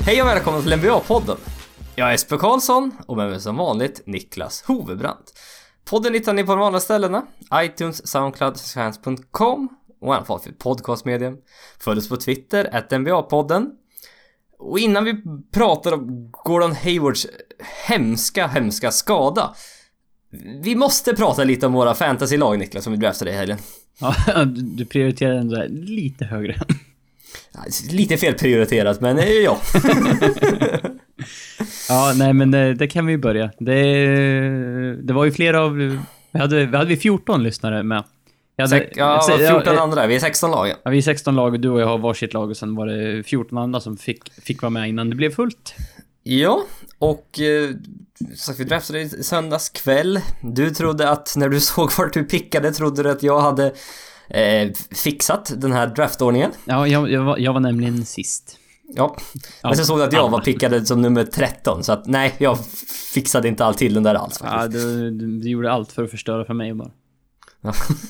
Hej och välkomna till NBA-podden. Jag är Jesper Karlsson och med mig som vanligt Niklas Hovebrant. Podden hittar ni på de vanliga ställena: iTunes, Soundcloud, Fans.com och annat för podcastmedium. Följ oss på Twitter @NBA-podden. Och innan vi pratar om Gordon Haywards hemska skada, vi måste prata lite om våra fantasy-lag, Niklas, som vi draftade i helgen. Ja, du prioriterar ändå lite högre. Lite fel prioriterat, men ja. Ja, nej, men det kan vi ju börja. Det var ju flera av... Vi hade 14 lyssnare med. 14 andra. Vi är 16 lag. Ja, vi är 16 lag och du och jag har varsitt lag. Och sen var det 14 andra som fick vara med innan det blev fullt. Ja, och så vi draftade i söndags kväll. Du trodde att när du såg vart du pickade, trodde du att jag hade fixat den här draftordningen. Ja, jag var nämligen sist. Ja, men så såg du att jag var pickade som nummer 13. Så att nej, jag fixade inte allt till den där alls faktiskt. Ja, du gjorde allt för att förstöra för mig bara. Ja.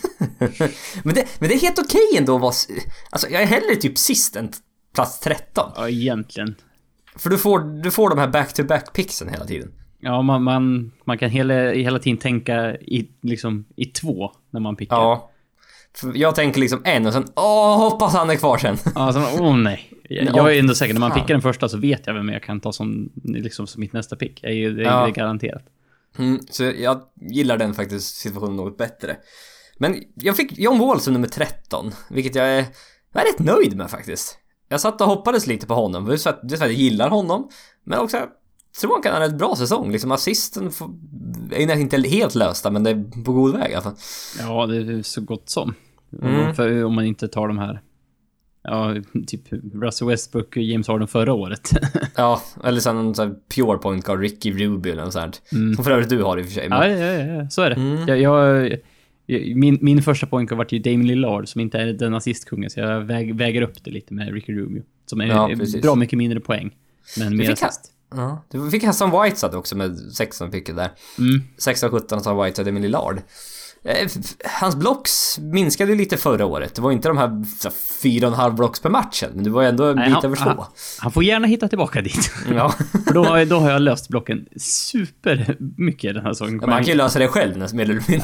men det är helt okej ändå att vara... Alltså jag är hellre typ sist än plats 13. Ja, egentligen. För du får de här back-to-back picksen hela tiden. Ja, man kan hela tiden tänka i två när man pickar. Ja. För jag tänker liksom en och sen hoppas han är kvar sen. Ja, nej. Jag är ändå säker, när man pickar den första så vet jag vem jag kan ta som mitt nästa pick. Det är garanterat. Så jag gillar den faktiskt situationen något bättre. Men jag fick John Wall som nummer 13, vilket jag är rätt nöjd med faktiskt. Jag satt och hoppades lite på honom. Det är så att jag gillar honom, men också tror han kan ha en bra säsong. Liksom assisten är inte helt lösta, men det är på god väg i alla fall. Ja, det är så gott som. För om man inte tar de här, ja, typ Russell Westbrook och James Harden förra året. Ja, eller sen en sån här pure point guard, Ricky Rubio eller något sånt. Som för övrigt du har i och för sig. Men... Ja, så är det. Min första point guard var ju Damian Lillard, som inte är den assistkungen, så jag väger upp det lite med Ricky Rubio, som är bra mycket mindre poäng, men mer assist. Ja, du fick Hassan Whiteside också med 16 picket där. 16-17 Hassan Whiteside med Lillard. Hans blocks minskade ju lite förra året. Det var inte de här 4,5 blocks per matchen, men det var ändå en bit över 2. Han får gärna hitta tillbaka dit. Ja. För då har jag löst blocken super mycket den här säsongen. Man kan ju lösa det själv när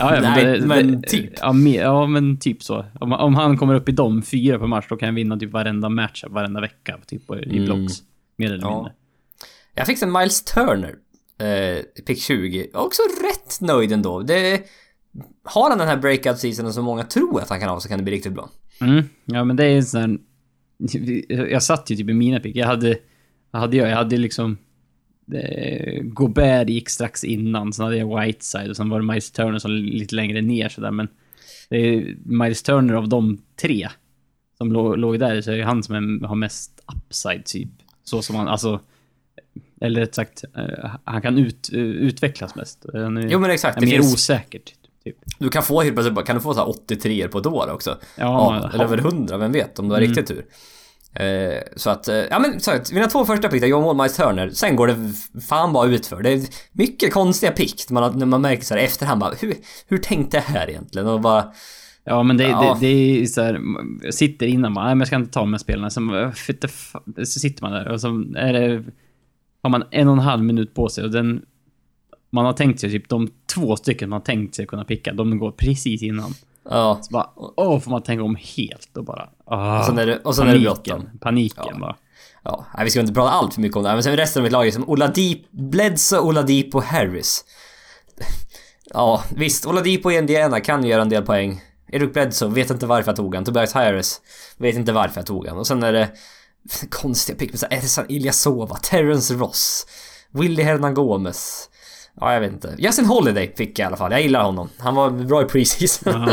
men typ. Ja, men typ så. Om han kommer upp i de 4 per match, då kan jag vinna typ varenda match varenda vecka typ i blocks, mer eller mindre. Jag fick en Miles Turner pick 20. Också rätt nöjd ändå. Har han den här breakout seasonen som många tror att han kan ha, så kan det bli riktigt bra. Ja, men det är en sån här... Jag satt ju typ i mina pick. Jag hade liksom... Gobert gick strax innan. Sen hade jag Whiteside. Och sen var det Miles Turner som lite längre ner sådär. Men det är Miles Turner av de 3 som låg där, så är han som har mest upside typ. Så som han... Alltså... Eller rätt sagt, han kan utvecklas mest. Jo, men exakt. Det är mer osäkert. Typ. Du kan få helt plötsligt, kan du få så här 83 på ett år också. Ja, eller över 100, vem vet, om du har riktigt tur. Så att, ja men så att, mina 2 första pick, John Wall, Miles Turner, sen går det fan bara utför. Det är mycket konstiga pick när man märker så här efterhand bara, hur tänkte jag här egentligen? Och bara... Ja, men det är så här, jag sitter innan bara, nej, men jag ska inte ta de här spelarna. Så sitter man där och så har man 1,5 minut på sig, och man har tänkt sig typ de 2 stycken man har tänkt sig kunna picka, de går precis innan. Ja. Så bara, får man tänka om helt och bara... och sen är det bråttom. Paniken bara. Ja, nej, vi ska inte prata allt för mycket om det här, men sen resten av mitt lag är som Bledsoe, Oladipo och Harris. Ja, visst, Oladipo i Indiana kan göra en del poäng. Eric Bledsoe, vet inte varför jag tog han. Tobias Harris, vet inte varför jag tog han. Och sen är det konstiga pick med så Edson Ilyasova, Terrence Ross, Willie Hernan Gomez. Ja, jag vet inte. Justin Holiday fick jag i alla fall. Jag gillar honom. Han var bra i preseason.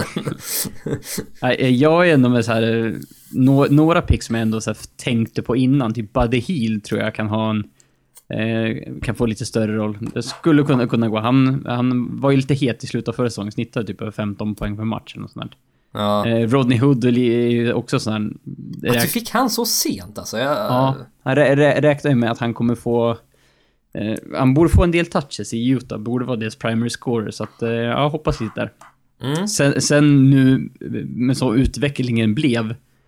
Ja. Jag är ändå med så här några picks som jag ändå så här tänkte på innan. Typ Buddy Hield tror jag kan ha kan få lite större roll. Det skulle kunna gå. Han var ju lite het i slutet av förra säsongen. Snittade typ över 15 poäng per match eller något sånt där. Ja. Rodney Hood är också sån här... Du fick han så sent alltså. Ja, han räknar ju med att han kommer få... han borde få en del touches i Utah. Borde vara deras primary scorer. Så att jag hoppas lite där. Sen nu, med så utvecklingen blev,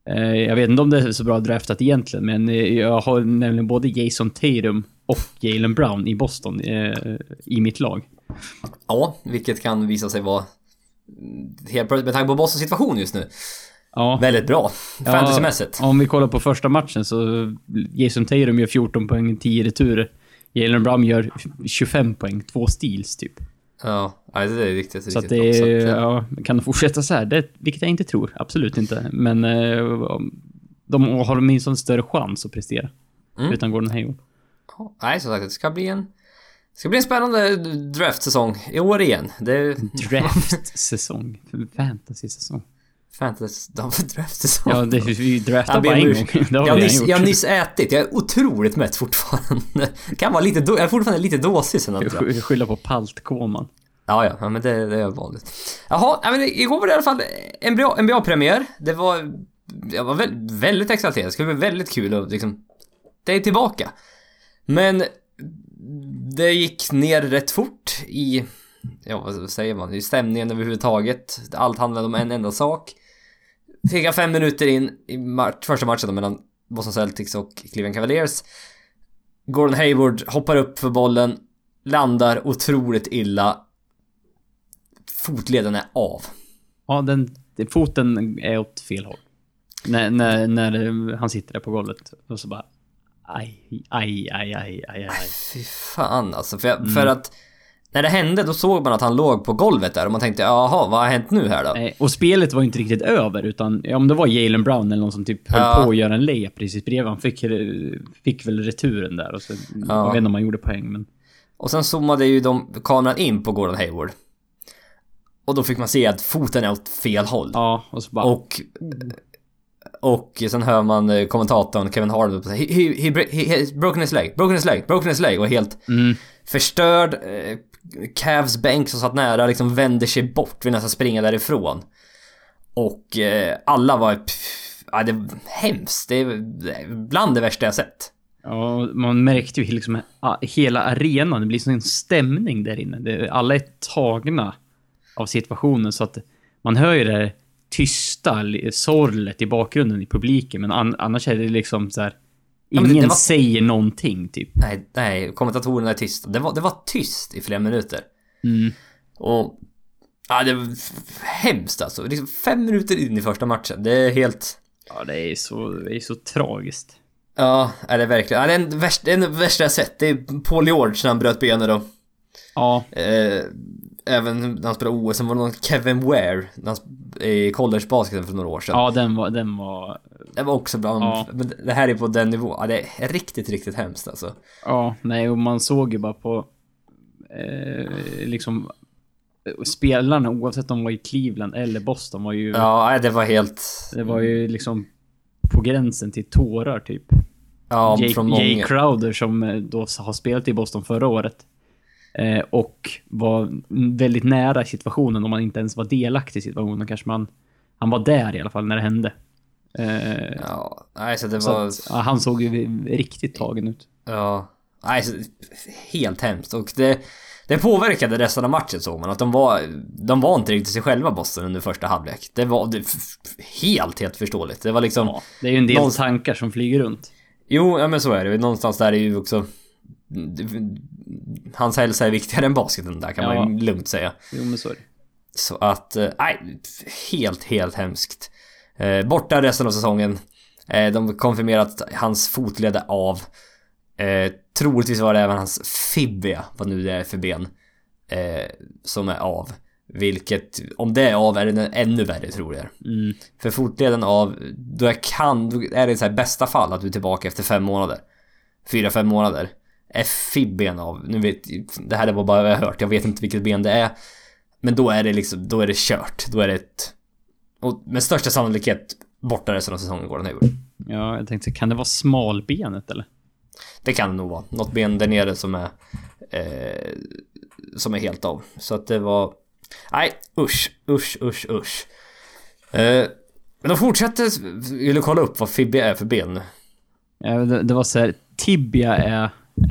Jag vet inte om det är så bra draftat egentligen, men jag har nämligen både Jason Tatum och Jaylen Brown i Boston i mitt lag. Ja, vilket kan visa sig vara helt plötsligt med tanke på Bostons situation just nu. Ja. Väldigt bra, fantasymässigt. Om vi kollar på första matchen så Jason Tatum gör 14 poäng, 10 returer. Jaylen Brown gör 25 poäng, 2 steals typ. Ja, det är riktigt så att det ja, kan fortsätta så här, vilket jag inte tror, absolut inte. Men de har minst en större chans att prestera utan Gordon Hayward. Ja, nej, så sagt, det ska bli en spännande draft-säsong i år igen. Draft-säsong, fantasy-säsong. Draft-säsong. Ja, vi draftar bara en gång. Jag har nyss ätit. Jag är otroligt mätt fortfarande. Kan vara lite jag är fortfarande lite dåsig sen. Jag skyller på paltkoman. Ja, men det är vanligt. Jaha, men igår var det i alla fall en bra premiär. Jag var väldigt exalterad. Det skulle bli väldigt kul och liksom det är tillbaka. Men det gick ner rätt fort i vad säger man? I stämningen överhuvudtaget. Allt handlade om en enda sak. Cirka 5 minuter in i första matchen mellan Boston Celtics och Cleveland Cavaliers. Gordon Hayward hoppar upp för bollen, landar otroligt illa. Fotleden är av. Ja, foten är åt fel håll. När han sitter där på golvet och så bara aj. Fy fan alltså. För att när det hände då såg man att han låg på golvet där och man tänkte, jaha, vad har hänt nu här då? Nej, och spelet var inte riktigt över utan om det var Jaylen Brown eller någon som typ höll på att göra en layup precis bredvid. Han fick väl returen där och så jag vet inte om han gjorde poäng men... Och sen zoomade ju kameran in på Gordon Hayward. Och då fick man se att foten är åt fel håll. Ja, och så bara... Och sen hör man kommentatorn Kevin Harden säga he broken his leg och helt förstörd. Cavs bänk som satt nära liksom vänder sig bort, vill nästan springa därifrån. Och alla var det är hemskt. Det är bland det värsta jag sett. Ja, man märkte ju liksom hela arenan, det blir sån en stämning där inne. Alla är tagna av situationen så att man hör ju det här tysta sorlet i bakgrunden i publiken, men annars är det liksom så här ingen säger någonting typ. Nej, kommentatorerna är tysta. Det var tyst i flera minuter. Och det var hemskt alltså. Liksom 5 minuter in i första matchen. Det är helt... Ja, det är så tragiskt. Ja, är det verkligen. Ja, det är det värsta jag sett. Det är Paul George när han bröt benet då. Ja. Även när han spelade OS, sen var det någon Kevin Ware i collegebasketen för några år sedan. Ja, den var också bra. Ja. Men det här är på den nivå. Ja, det är riktigt, riktigt hemskt alltså. Ja, nej, och man såg ju bara på liksom spelarna, oavsett om de var i Cleveland eller Boston, var ju... Ja, det var helt... Det var ju liksom på gränsen till tårar typ. Ja, från många. Jay Crowder som då har spelat i Boston förra året. Och var väldigt nära situationen om man inte ens var delaktig i situationen. Kanske han var där i alla fall när det hände. Ja, nej, så det så var... Att, han såg ju riktigt tagen ut. Ja, nej, så, helt hemskt. Och det påverkade resten av matchen, såg man. Att de var inte riktigt sig själva, Boston, under första halvlek. Det var helt förståeligt. Det var liksom... Ja, det är ju en del tankar som flyger runt. Jo, ja, men så är det. Någonstans där är ju också... Hans hälsa är viktigare än basketen där, kan man ju lugnt säga. Jo, men så är det. Så att, helt hemskt. Borta resten av säsongen. De konfirmerat att hans fotled är av. Troligtvis var det även hans fibia, vad nu det är för ben, som är av. Vilket, om det är av, är det ännu värre, tror jag. För fotleden av, då är det så här bästa fall att du är tillbaka efter 5 månader. 4-5 månader. Är fibben av, nu vet, det här var bara vad jag hört, jag vet inte vilket ben det är, men då är det liksom, då är det kört, då är det och med största sannolikhet borta resten av säsongen går den här. Ja, jag tänkte, kan det vara smalbenet eller? Det kan det nog vara, något ben där nere som är helt av, så att det var, nej, usch. Men de fortsätter, vill du kolla upp vad fibia är för ben? Ja, det var så här, tibia är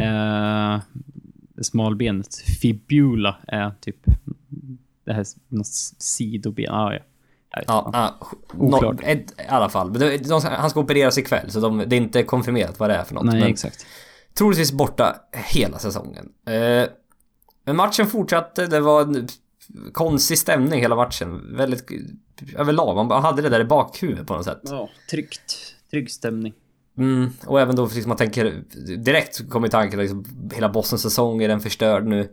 smalbenet, fibula är typ det här något sidoben. Ja. Oklart. I alla fall. Men han ska opereras ikväll, så det är inte konfirmerat vad det är för något. Nej, men exakt. troligtvis borta hela säsongen. Men matchen fortsatte. Det var en konstig stämning hela matchen. Väldigt överlag. Man bara hade det där i bakhuvudet på något sätt. Ja, trygg stämning. Och även då liksom man tänker direkt kommer tanken liksom, hela Bostons säsong är den förstörd nu.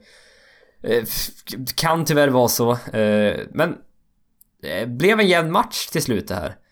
Kan tyvärr vara så. Men det blev en jämn match till slut det här.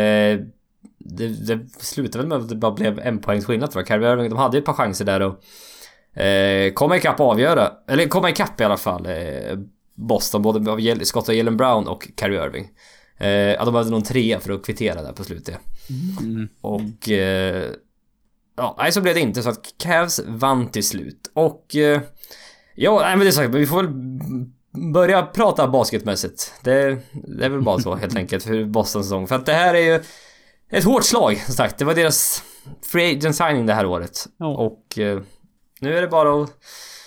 Det slutade väl med att det bara blev en poängs skillnad, tror jag. Kyrie Irving, de hade ett par chanser där och komma ikapp och avgöra. Eller komma ikapp i alla fall. Boston, både av Scott och Jaylen Brown och Kyrie Irving. De hade någon 3 för att kvittera där på slutet. Och så blev det inte, så att Cavs vann till slut. Och men det är sagt, vi får väl börja prata basketmässigt. Det är väl bara så helt enkelt för Bostons säsong. För att det här är ju ett hårt slag, som sagt. Det var deras free agent signing det här året. Och nu är det bara att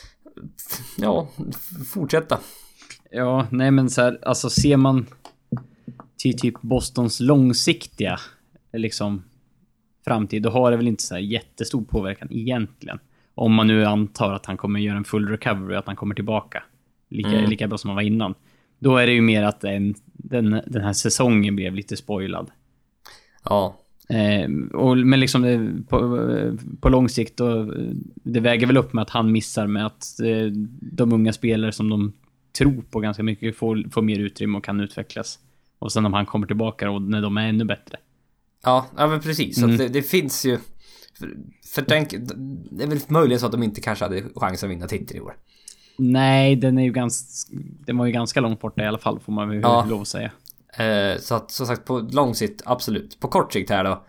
fortsätta. Ja, nej men så här, alltså ser man till typ Bostons långsiktiga liksom framtid, då har det väl inte så här jättestor påverkan egentligen. Om man nu antar att han kommer göra en full recovery, att han kommer tillbaka lika bra som han var innan. Då är det ju mer att den här säsongen blev lite spoilad. Ja. Men liksom på lång sikt då, det väger väl upp med att han missar med att de unga spelare som de tror på ganska mycket får mer utrymme och kan utvecklas. Och sen om han kommer tillbaka och när de är ännu bättre. Ja men precis. Så det finns ju för tänk, det är väl möjligen så att de inte kanske hade chans att vinna titel i år. Nej, den var ju ganska långt borta i alla fall, får man väl lov att säga. Så att, som sagt, på lång sikt, absolut. På kort sikt här då,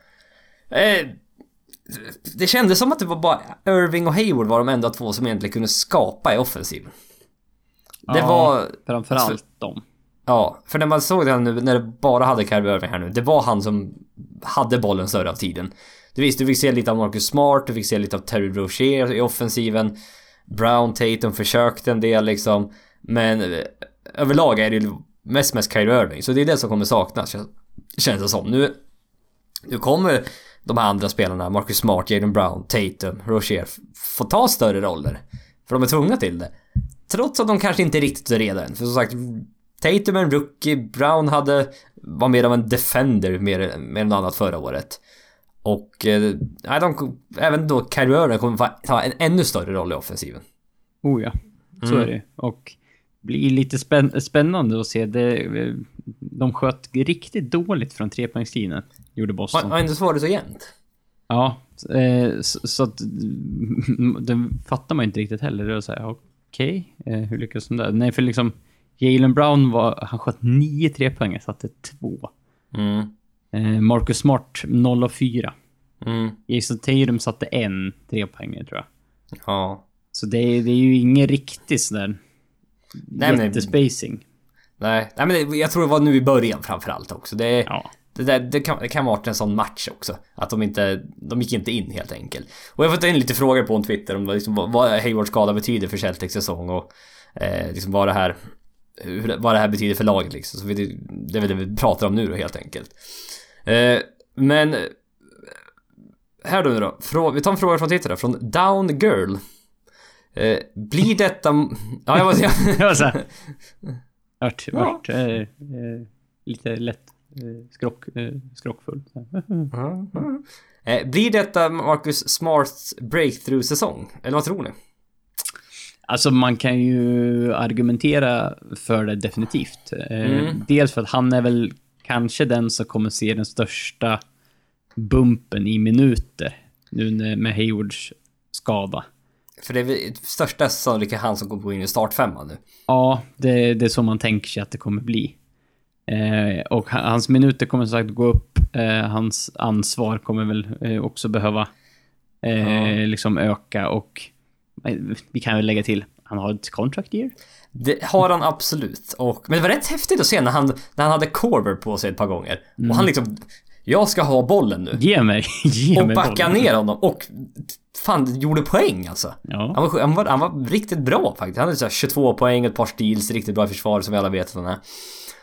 det kändes som att det var bara Irving och Hayward var de enda två som egentligen kunde skapa i offensiven. Det var framförallt dem. Ja, för när man såg det nu, när det bara hade Kyrie Irving här nu, det var han som hade bollen större av tiden. Du fick se lite av Marcus Smart, du fick se lite av Terry Rozier i offensiven. Brown, Tatum försökte en del liksom, men överlag är det ju mest Kyrie Irving, så det är det som kommer saknas, känns det som. Nu kommer de här andra spelarna, Marcus Smart, Jaylen Brown, Tatum, Rozier, få ta större roller, för de är tvungna till det, trots att de kanske inte riktigt är redo än. För som sagt, Tatum är en rookie, Brown var mer av en defender mer än annat förra året. Och även då Kyrie Irving kommer ta en ännu större roll i offensiven. Oh ja, så är det. Och blir lite spännande att se det. De sköt riktigt dåligt från 3-poängstiden, gjorde Boston. Och ändå så var det så jämnt. Ja, så att det fattar man inte riktigt heller. Och säga, okej, hur lyckas de där? Nej, för liksom Jaylen Brown han sköt 9 3-poängare, satte 2. Marcus Smart 0 av 4. Jason Tatum satte 1 3-poängare, tror jag. Ja. Så det är ju ingen riktigt sådär jättespacing. Nej, men jag tror det var nu i början framförallt också. Det kan vara en sån match också, att de gick inte in helt enkelt. Och jag har fått in lite frågor på Twitter om liksom, vad Haywards skada betyder för Celtics säsong och liksom vad det här betyder för laget liksom. Så det är väl det vi pratar om nu då, helt enkelt. Men här då, vi tar en fråga från Twitter då, från Down Girl. Blir detta... Ja, jag var så här. Vart lite lätt skrockfull. Blir detta Marcus Smarts breakthrough-säsong? Eller vad tror ni? Alltså man kan ju argumentera för det definitivt. Dels för att han är väl kanske den som kommer se den största bumpen i minuter nu med Haywards skada. För det är väl största sannolika han som kommer gå in i startfemman nu. Ja, det är så man tänker sig att det kommer bli. Och hans minuter kommer som sagt gå upp. Hans ansvar kommer väl också behöva liksom öka. Och vi kan väl lägga till, han har ett contract year. Det har han absolut. Men det var rätt häftigt att se när han hade Korver på sig ett par gånger. Och han liksom, jag ska ha bollen nu. Ge mig och backa bollen. Ner honom. Och fan, gjorde poäng alltså. Ja. Han var riktigt bra faktiskt. Han hade så 22 poäng, ett par steals, riktigt bra i försvar som vi alla vet.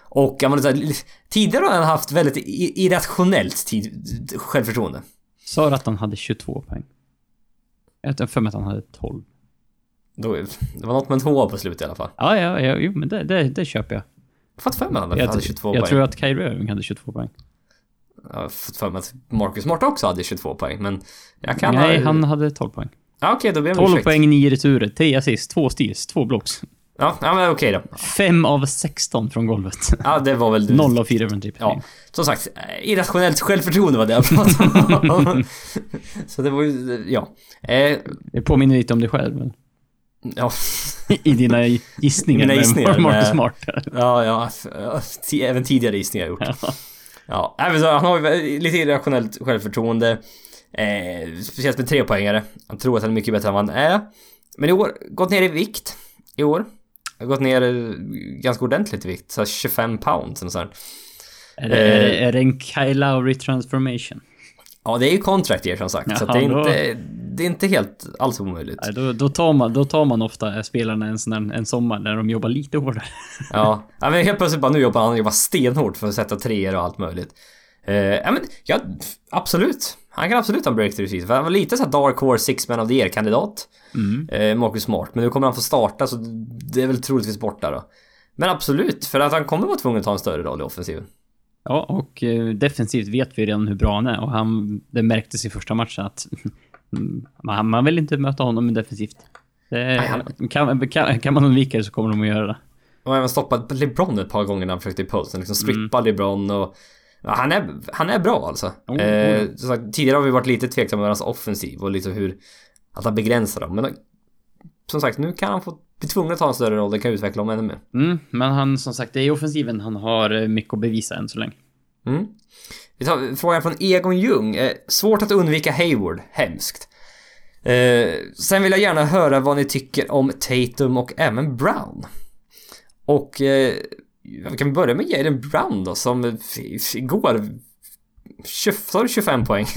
Och jag menar, tidigare har han haft väldigt irrationellt självförtroende. Sa att han hade 22 poäng. Jag har för mig att han hade 12. Det var något med en 2 på slutet i alla fall. Ja, jo, men det köper jag. Jag har fått för mig att han hade 22 poäng. Jag tror att Kyrie Irving hade 22 poäng. Jag har fått för mig att Marcus Smart också hade 22 poäng, men Nej, han hade 12 poäng. Ja, okej, då blir det 12 poäng, 9 returer, 3 assist, 2 steals, 2 blocks. Ja, men okej då. 5 av 16 från golvet. Ja, det var väl... 0 av 4 från trippel. Ja, som sagt, irrationellt självförtroende var det jag pratade om. Så det var ju, ja. Det påminner lite om dig själv, men... Ja. I dina gissningar med Marcus Smart. Ja, även tidigare gissningar jag gjort. Ja, även så han har ju lite irrationellt självförtroende. Speciellt med 3-poängare. Han tror att han är mycket bättre än vad han är. Men i år, gått ner i vikt. I år. Jag har gått ner ganska ordentligt i vikt. Så 25 pounds och sånt. Är det en Kyle Lowry transformation? Ja, det är ju contract year som sagt. Ja, så det är inte helt alls omöjligt. Nej, då tar man ofta spelarna en sommar där de jobbar lite hårdare. Ja, men helt plötsligt bara nu jobbar stenhårt för att sätta 3 och allt möjligt. Ja, absolut. Han kan absolut ha en breakthrough season. För han var lite så här Dark Horse 6 Man of the Year-kandidat. Marcus Smart. Men nu kommer han få starta, så det är väl troligtvis borta då. Men absolut, för att han kommer vara tvungen att ta en större roll i offensiven. Ja, och defensivt vet vi redan hur bra han är. Och det märktes i första matchen att man vill inte möta honom defensivt. Kan man undvika det så kommer de att göra det. Och även stoppat LeBron ett par gånger när han försökte i posten. Liksom strippa LeBron och... Ja, han är bra alltså. Så sagt, tidigare har vi varit lite tveksamma med hans offensiv och liksom hur att han begränsar dem. Men som sagt, nu kan han få bli tvungen att ta en större roll. Det kan utveckla dem ännu mer. Men han, som sagt, det är i offensiven han har mycket att bevisa än så länge. Vi tar frågan från Egon Ljung. Svårt att undvika Hayward. Hemskt. Sen vill jag gärna höra vad ni tycker om Tatum och även Brown. Och vi kan börja med Jaylen Brown då, som igår 25 poäng.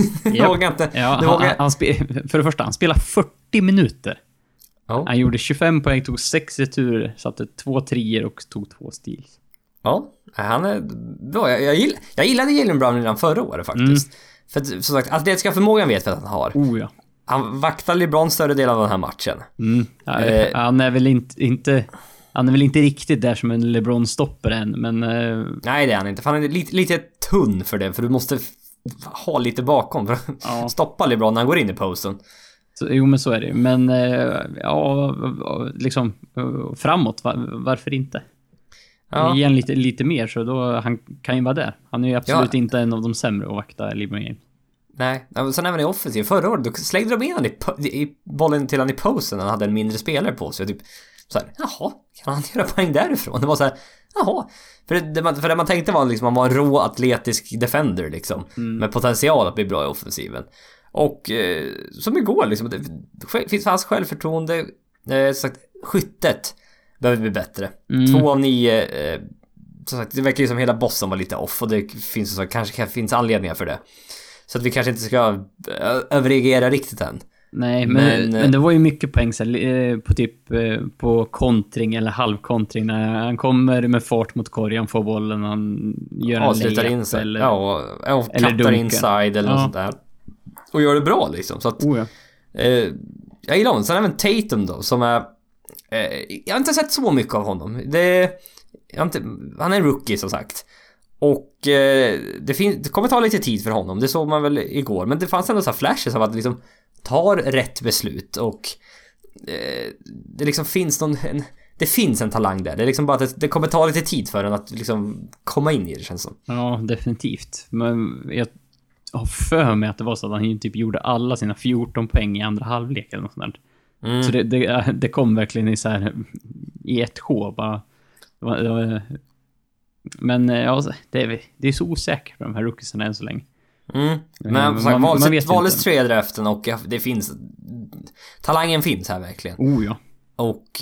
För det första, han spelade 40 minuter. Ja. Han gjorde 25 poäng, tog 6 returer, satte 2 trier och tog 2 steals. Ja, han är bra. Jag gillade Jaylen Brown redan förra året faktiskt. För som sagt, atletiska förmågan vet vi att han har. Ja. Han vaktar LeBron större del av den här matchen. Han är väl inte... Han är väl inte riktigt där som en LeBron-stopper än, men... Nej, det är han inte. För han är lite tunn för det, för du måste ha lite bakom för att stoppa LeBron när han går in i posten. Jo, men så är det. Men liksom framåt, varför inte? Ge han lite mer, så då han kan ju vara där. Han är ju absolut inte en av de sämre att vakta LeBron James. Nej, sen även i offensiv. Förra året, då slängde de in han i bollen till han i posten när han hade en mindre spelare på sig. Typ så här, jaha, kan han göra poäng därifrån? Det var så här, jaha. För det man tänkte var liksom, man var en rå atletisk defender liksom, med potential att bli bra i offensiven. Och som igår liksom, det fanns självförtroende, sagt, skyttet behöver bli bättre. 2 av 9, som sagt, det verkar ju som hela bossen var lite off, och det finns så kanske finns anledningar för det. Så att vi kanske inte ska överreagera riktigt än. Nej, men det var ju mycket poäng på typ på kontring eller halvkontring när han kommer med fart mot korgen, får bollen, han gör en layup eller och kattar inside eller något sånt där. Och gör det bra liksom, så att jag gillar honom. Sen även Tatum då, som är jag har inte sett så mycket av honom. Han är en rookie som sagt. Och det kommer ta lite tid för honom. Det såg man väl igår. Men det fanns ändå så här flashes av att liksom tar rätt beslut. Och det liksom finns det finns en talang där. Det är liksom bara att det kommer ta lite tid för den att liksom komma in i det, känns som. Ja, definitivt. Men jag har för mig att det var så att han typ gjorde alla sina 14 poäng i andra halvlek eller något sånt där. Så det kom verkligen i så här i ett sjå bara. Men det är så osäkert för de här rookiesarna än så länge. Men valdes 3 draften, och det finns talangen finns här verkligen. Ja. Och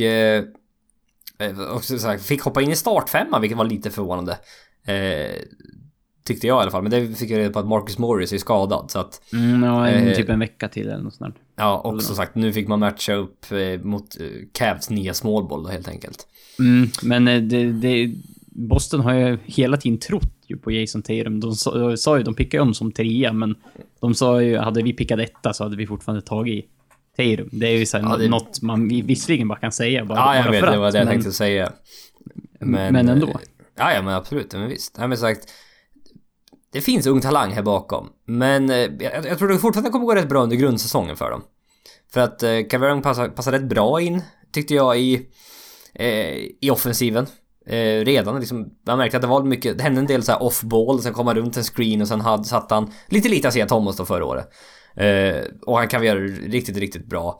så här, fick hoppa in i startfemma, vilket var lite förvånande. Tyckte jag i alla fall. Men det fick jag reda på att Marcus Morris är skadad, så att typ en vecka till eller något sånt. Ja, och som sagt, nu fick man matcha upp mot Cavs nya small ball då, helt enkelt. Men Boston har ju hela tiden trott ju på Jason Tatum. De sa ju, de pickade om som 3, men de sa ju, hade vi pickat 1 så hade vi fortfarande tagit Tatum. Det är ju så här, något man visserligen bara kan säga. Bara jag vet, det var det jag tänkte säga. Men ändå. Ja, men absolut. Men visst. Ja, men sagt, det finns ung talang här bakom. Men jag tror det fortfarande kommer gå rätt bra under grundsäsongen för dem. För att Caverong passar rätt bra in, tyckte jag, i offensiven. Redan liksom, man märkte att det var mycket, det hände en del så här off-ball, sen kom han runt en screen och sen satt han lite Isaiah Thomas då förra året. Och han kan göra riktigt, riktigt bra.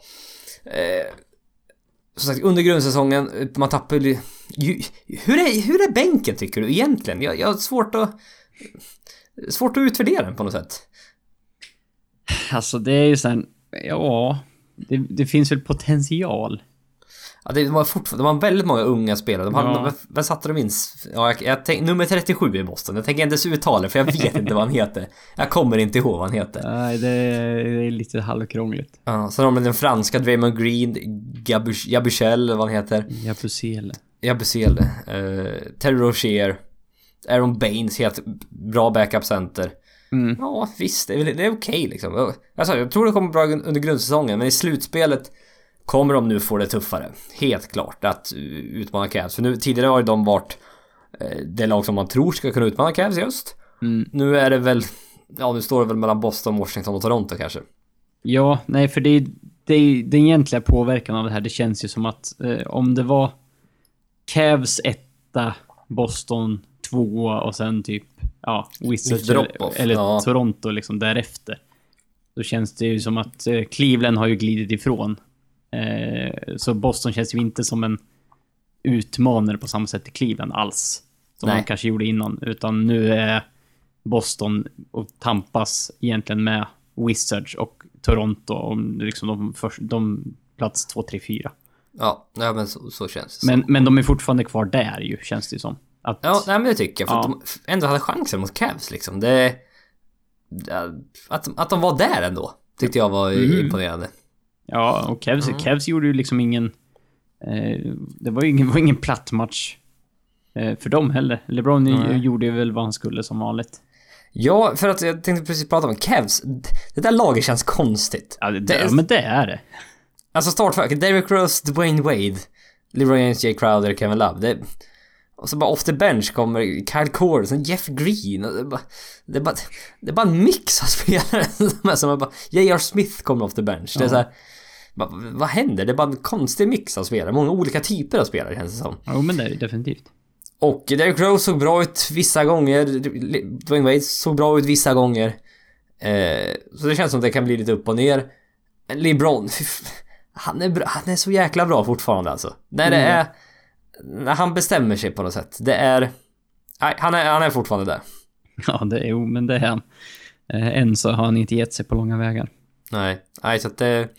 Som sagt, under grundsäsongen, man tappar hur är bänken tycker du egentligen? Jag har svårt att utvärdera den på något sätt. Alltså det är ju sen, ja, det finns väl potential. Ja, de var väldigt många unga spelare. Vad satte de in? Ja, nummer 37 i Boston. Jag tänker inte ens uttala, för jag vet inte vad han heter. Jag kommer inte ihåg vad han heter. Nej, det är lite halvkrångligt. Ja, så har de den franska Draymond Green, Jabuchel, vad han heter. Jabusele. Terry Rozier, Aaron Baines, helt bra backup center. Ja, visst, det är okej liksom. Alltså, jag tror det kommer bra under grundsäsongen, men i slutspelet kommer de nu få det tuffare. Helt klart att utmana Cavs. För nu, tidigare har ju de varit det lag som man tror ska kunna utmana Cavs just. Nu är det väl, ja, nu står det väl mellan Boston, Washington och Toronto kanske. Ja, nej, för det är den egentliga påverkan av det här. Det känns ju som att om det var Cavs 1, Boston 2 och sen typ Wizards eller Toronto liksom därefter. Då känns det ju som att Cleveland har ju glidit ifrån. Så Boston känns ju inte som en utmanare på samma sätt i Cleveland alls. Som de kanske gjorde innan. Utan nu är Boston och tampas egentligen med Wizards och Toronto om liksom de plats 2, 3, 4. Ja, men så känns det. Men de är fortfarande kvar där ju, känns det som. Men det tycker jag. För att de ändå hade chansen mot Cavs liksom. Att de var där ändå tyckte jag var imponerande. Ja, och Cavs gjorde ju liksom ingen... det var ingen platt match för dem heller. LeBron gjorde ju väl vad han skulle som vanligt. Ja, för att jag tänkte precis prata om Cavs. Det där laget känns konstigt. Ja, men det är det. Alltså startföret, Derrick Rose, Dwayne Wade, LeBron James, Jay Crowder, Kevin Love. Och så bara off the bench kommer Kyle Korver, sen Jeff Green. Det är bara en mix av spelare. Som bara, J.R. Smith kommer off the bench. Det är så här, vad händer? Det är bara en konstig mix av spelare. Många olika typer av spelare känns det som. Ja, men det är definitivt. Och Derrick Rose såg bra ut vissa gånger. Dwayne Wade såg bra ut vissa gånger. Så det känns som att det kan bli lite upp och ner. Men LeBron, han är så jäkla bra fortfarande alltså. När han bestämmer sig på något sätt. Han är fortfarande där. Ja, men det är han. Än så har han inte gett sig på långa vägar. Nej, så att det...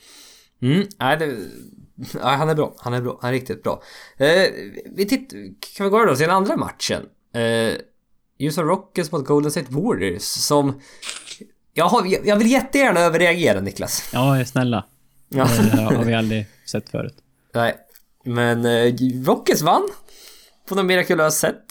han är bra. Han är riktigt bra. Kan vi gå då till den andra matchen? Houston Rockets mot Golden State Warriors. Som... Jag vill jättegärna överreagera, Niklas. Ja, snälla. Det har vi aldrig sett förut. Nej, men Rockets vann på något mirakulöst sätt.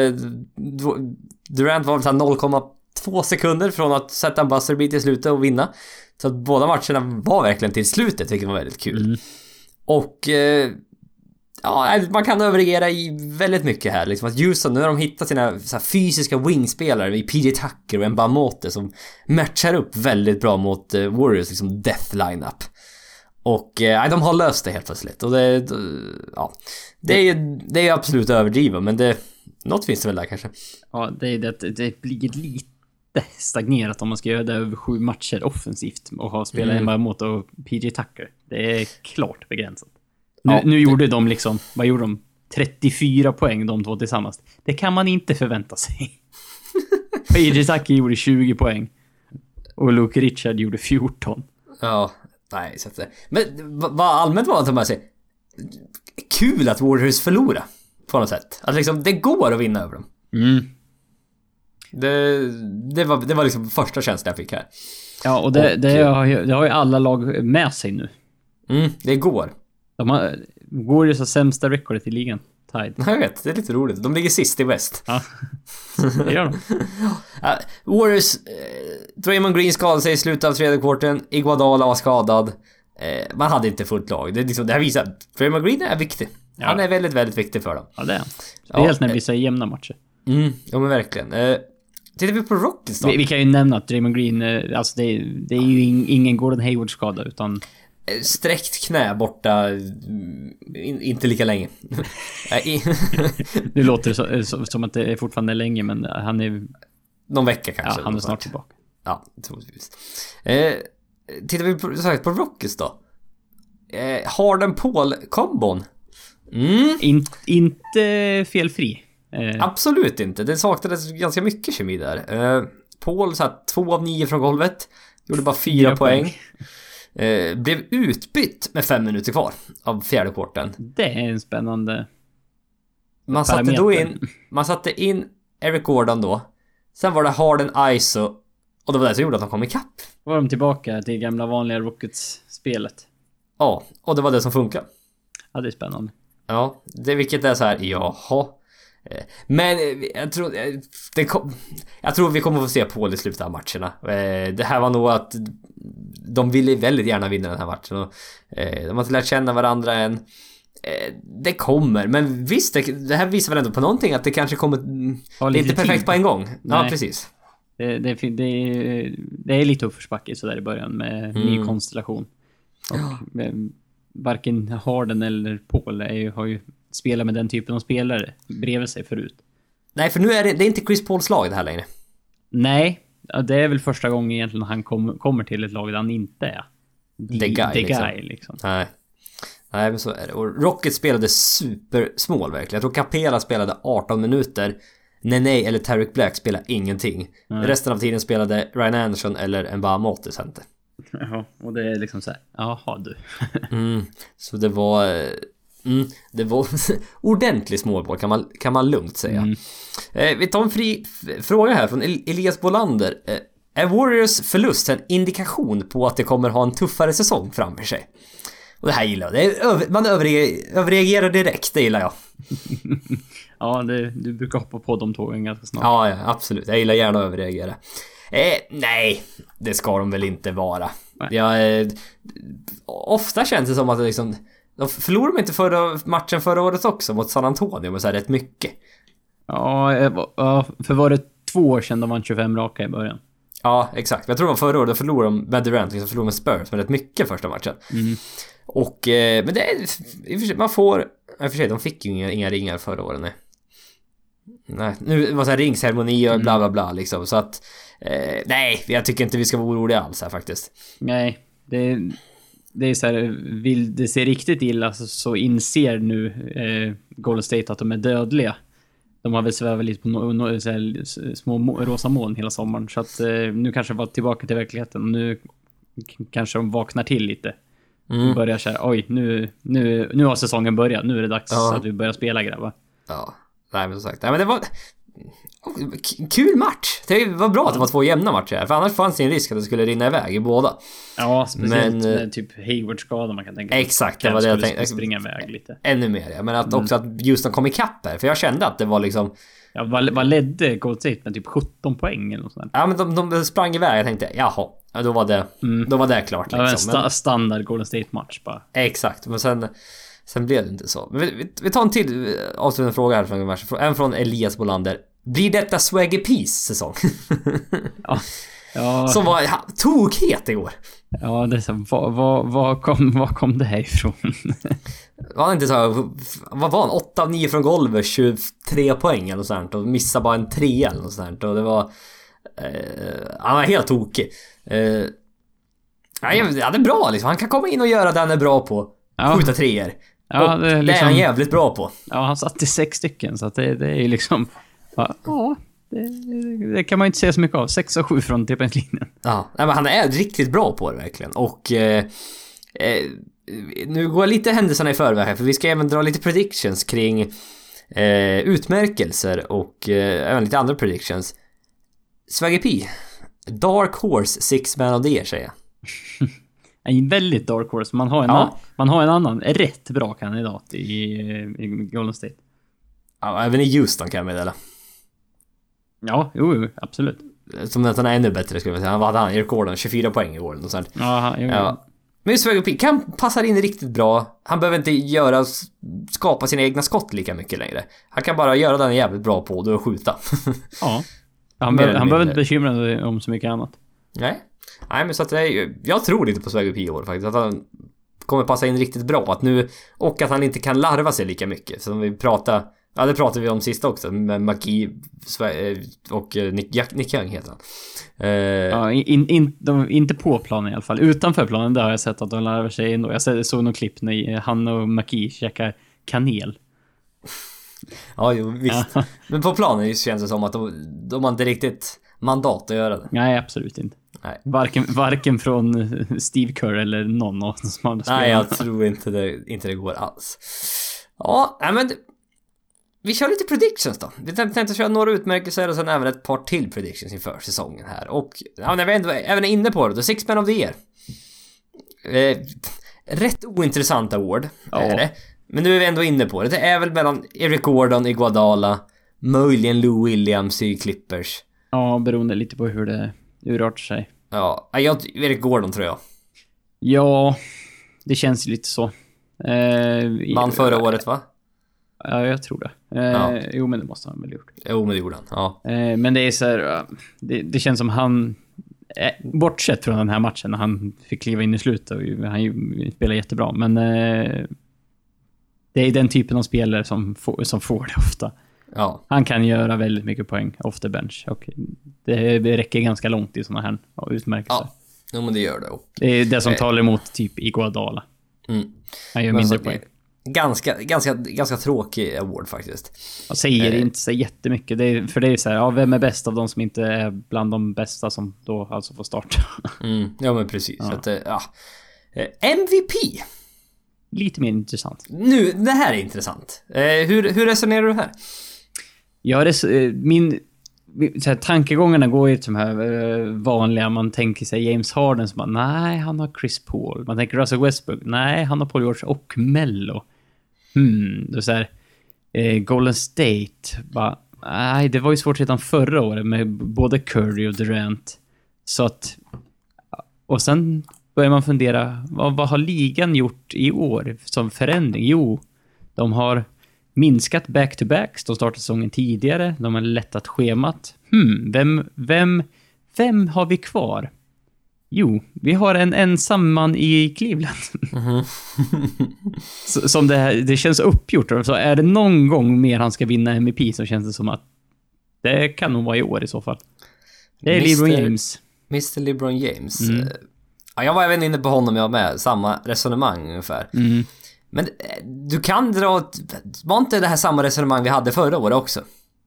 Durant var väl 0,2 sekunder från att sätta en buzzer beat i slutet och vinna. Så att båda matcherna var verkligen till slutet, vilket var väldigt kul. Och man kan överreagera i väldigt mycket här. Liksom att Houston, nu har de hittat sina så här, fysiska wingspelare i PJ Tucker och Mbah Moute som matchar upp väldigt bra mot Warriors liksom death lineup. Och de har löst det helt plötsligt. Och det är absolut överdrivet, men något finns det väl där kanske. Ja, det blir lite stagnerat om man ska göra det över 7 matcher offensivt och ha spelat Mbah Moute och PJ Tucker. Det är klart begränsat. Nu gjorde de liksom, vad gjorde de? 34 poäng de två tillsammans. Det kan man inte förvänta sig. PJ Tucker gjorde 20 poäng och Luke Richard gjorde 14. Ja, nej, så att det. Men vad allmänt var det med sig? Kul att Warriors förlora på något sätt. Att liksom det går att vinna över dem. Det var liksom första känslan jag fick här. Ja, och det har ju alla lag med sig nu. Det går. Warriors har sämsta rekordet i ligan. Tide. Jag vet, det är lite roligt. De ligger sist i West. Ja, det gör de. Warriors, Draymond Green skadade sig i slutet av tredje kvarten. Iguodala var skadad. Man hade inte fullt lag. Det, är liksom, det här visar att Draymond Green är viktig. Ja. Han är väldigt, väldigt viktig för dem. Ja, det är han. Speciellt när det blir så jämna matcher. Ja, men verkligen. Tittar vi på Rockets då? Vi kan ju nämna att Draymond Green, alltså det är ju ingen Gordon Hayward-skada, utan... Sträckt knä borta, inte lika länge. Nu låter det som att det är fortfarande länge, men han är... Någon vecka kanske. Ja, han är snart tillbaka. Ja, troligtvis. Tittar vi på Rockets då? Harden-Paul-kombon. Inte felfri. Absolut inte. Det saknades ganska mycket kemi där. Paul satt 2 av 9 från golvet. Gjorde bara 4 poäng. Blev utbytt med 5 minuter kvar av fjärde kvarten. Det är en spännande Man satte in Eric Gordon då. Sen var det Harden ISO. Och det var det som gjorde att de kom ikapp. Var de tillbaka till gamla vanliga Rockets-spelet. Ja, och det var det som funkar. Ja, det är spännande. Ja, det vilket är så här, jaha. Men jag tror vi kommer att få se Paul i slutet av matcherna. Det här var nog att de ville väldigt gärna vinna den här matchen. Och de har inte lärt känna varandra än. Det kommer, men visst, det här visar väl ändå på någonting att det kanske kommer. Det är inte perfekt på en gång. Nej. Ja, precis. Det är lite uppförsbacke så där i början med ny konstellation. Och varken Harden eller Paul har ju spelat med den typen av spelare bredvid sig förut. Nej, för nu är det är inte Chris Pauls lag det här längre. Nej, det är väl första gången egentligen han kommer till ett lag där han inte är the guy liksom. Nej, men så är det. Och Rocket spelade supersmål verkligen. Jag tror Capela spelade 18 minuter. Nene eller Tariq Black spelade ingenting. Resten av tiden spelade Ryan Anderson eller Mbamute center. Ja, och det är liksom så här. Jaha du. Så det var ordentlig småboll kan man lugnt säga. Vi tar en fri fråga här från Elias Bolander. Är Warriors förlust en indikation på att det kommer ha en tuffare säsong framför sig? Och det här gillar jag. Man överreagerar direkt, det gillar jag. Ja, du brukar hoppa på de tågen ganska snart. Ja, absolut. Jag gillar gärna att överreagera. Nej, det ska de väl inte vara. Ofta känns det som att det liksom, de förlorade inte matchen förra året också mot San Antonio med så här rätt mycket. Ja, för var det 2 år sedan de vann 25 raka i början? Ja, exakt. Jag tror det var förra året, då förlorade de med Durant, liksom förlorade med Spurs med rätt mycket första matchen. Och men det är, man får, i och för sig, de fick ju inga ringar förra året. Nej, nu var det så här ringceremoni och bla bla bla liksom, så att nej, jag tycker inte vi ska vara oroliga alls här faktiskt. Nej, det är så här, vill det se riktigt illa så inser nu Golden State att de är dödliga. De har väl svävat lite på så här, små rosa moln hela sommaren, så att nu kanske var tillbaka till verkligheten och nu kanske de vaknar till lite. Börjar så här, oj, nu har säsongen börjat, nu är det dags att vi börjar spela, grabbar. Ja, nej men som sagt, nej, men det var kul match. Det var bra att det var 2 jämna matcher här, för annars fanns det en risk att det skulle rinna iväg i båda. Ja, speciellt med typ Hayward-skada man kan tänka. Exakt, det var det jag tänkte. Springa iväg lite. Ännu mer, ja. Men att också att Houston kom ikapp här, för jag kände att det var liksom... Ja, vad ledde Golden State med typ 17 poäng eller något sånt? Ja, men de sprang iväg. Jag tänkte, jaha, då var det klart liksom. Ja, standard Golden State-match bara. Exakt, men sen blev det inte så. Men vi tar en till avslutande fråga här från matchen. En från Elias Bolander. Blir detta Swaggy Peace säsong? Ja. Som var tokhet igår. Ja, det är så. Var kom det här ifrån? Var han inte så, vad var han? 8 av 9 från golvet, 23 poäng eller sånt, och missade bara en 3 eller något sånt, och det var han var helt tokig. Ja, det är bra liksom. Han kan komma in och göra det han är bra på. Skjuta 3-er. Ja, det är liksom, han jävligt bra på. Ja, han satt i 6 stycken, så att det är liksom det kan man inte säga så mycket av. 6 och 7 från trepoängslinjen. Ja, men han är riktigt bra på det verkligen. Och nu går lite händelserna i förväg här, för vi ska även dra lite predictions kring utmärkelser och även lite andra predictions. Swaggy P, Dark Horse 6 Man of the Year, säger jag. En väldigt dark horse. Man har en annan rätt bra kandidat i Golden State. Ja, även i Houston kan jag meddela. Ja, jo, absolut. Som nästan är ännu bättre skulle jag säga. Vad hade han? Eric Gordon, 24 poäng i år. Ja, ja. Men Swagger P kan passa in riktigt bra. Han behöver inte skapa sina egna skott lika mycket längre. Han kan bara göra den jävligt bra på och skjuta. Ja. Han behöver inte bekymra sig om så mycket annat. Nej, men så att jag tror lite på Swagger P i år faktiskt. Att han kommer passa in riktigt bra. Och att han inte kan larva sig lika mycket. Som vi pratade... Ja, det pratade vi om sist också. Med McGee och Nick Young heter han. Ja, inte på planen i alla fall. Utanför planen där har jag sett att de larvar sig ändå. Jag såg någon klipp när han och McGee käkar kanel. Ja, jo, visst. Ja. Men på planen känns det som att de har inte riktigt mandat att göra det. Nej, absolut inte. Nej. Varken från Steve Kerr eller någon av de som har. Nej, jag tror inte det går alls. Ja, men vi kör lite predictions då. Vi tänkte köra några utmärkelser och sen även ett par till predictions inför säsongen här. Och när vi även är inne på det, Six Man of the Year. Rätt ointressant award är det. Men nu är vi ändå inne på det. Det är väl mellan Eric Gordon i Iguodala, möjligen Lou Williams i Clippers. Ja, beroende lite på hur det urartar sig. Ja, Eric Gordon tror jag. Ja, det känns lite så. Man förra året, va? Ja, jag tror det. Jo, men det måste han väl gjort. Jo, men det gjorde han, ja. Men det är så här, det känns som han, bortsett från den här matchen när han fick kliva in i slutet, och han spelar jättebra, men det är den typen av spelare som får det ofta. Ja. Han kan göra väldigt mycket poäng off the bench, och det räcker ganska långt i såna här utmärkelser. Ja, men det gör det. Det är det som talar emot typ Iguodala. Han gör mindre poäng. Ganska tråkig award faktiskt. Jag säger inte så jättemycket. För det är så här, vem är bäst av de som inte är bland de bästa som då alltså får starta? Ja, men precis. Ja. Så att, MVP. Lite mer intressant. Nu, det här är intressant. Hur resonerar du här? Så här, tankegångarna går ju till de här vanliga. Man tänker sig James Harden som bara, nej, han har Chris Paul. Man tänker Russell Westbrook, nej, han har Paul George och Melo. Då så här, Golden State bara, nej, det var ju svårt redan förra året med både Curry och Durant. Så att, och sen börjar man fundera, vad har ligan gjort i år som förändring? Jo, de har minskat back-to-backs. De startade säsongen tidigare. De har lättat schemat. Vem har vi kvar? Jo, vi har en ensam man i Cleveland. Som det känns uppgjort. Så är det någon gång mer han ska vinna MVP, så känns det som att det kan nog vara i år i så fall. Det är LeBron James. Mr. LeBron James. Ja, jag var även inne på honom, jag med. Samma resonemang ungefär. Men du kan dra... Var inte det här samma resonemang vi hade förra året också?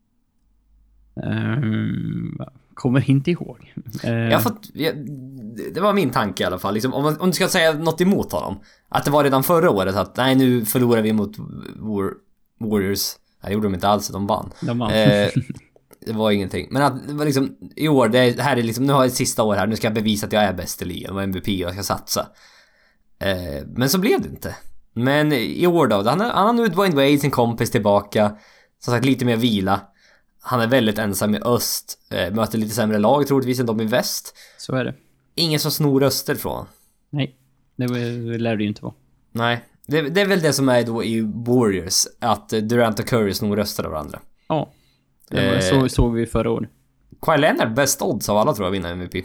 Kommer inte ihåg. Det var min tanke i alla fall. Liksom, om du ska säga något emot honom. Att det var redan förra året att nej, nu förlorar vi mot Warriors. Nej, det gjorde de inte alls, de vann. Det var ingenting. Men att det var liksom, i år, det här är liksom, nu har jag ett sista år här. Nu ska jag bevisa att jag är bäst i ligan och MVP och jag ska satsa. Men så blev det inte. Men i år då, han har nu Dwayne Wade, sin kompis, tillbaka. Som sagt, lite mer vila. Han är väldigt ensam i öst. Möter lite sämre lag troligtvis än de i väst. Så är det. Ingen som snor röster från. Nej, det lär det ju inte vara. Nej, det är väl det som är då i Warriors. Att Durant och Curry snor röster av varandra. Ja, så såg vi förra året. Kawhi Leonard, bäst odds av alla tror jag vinner MVP.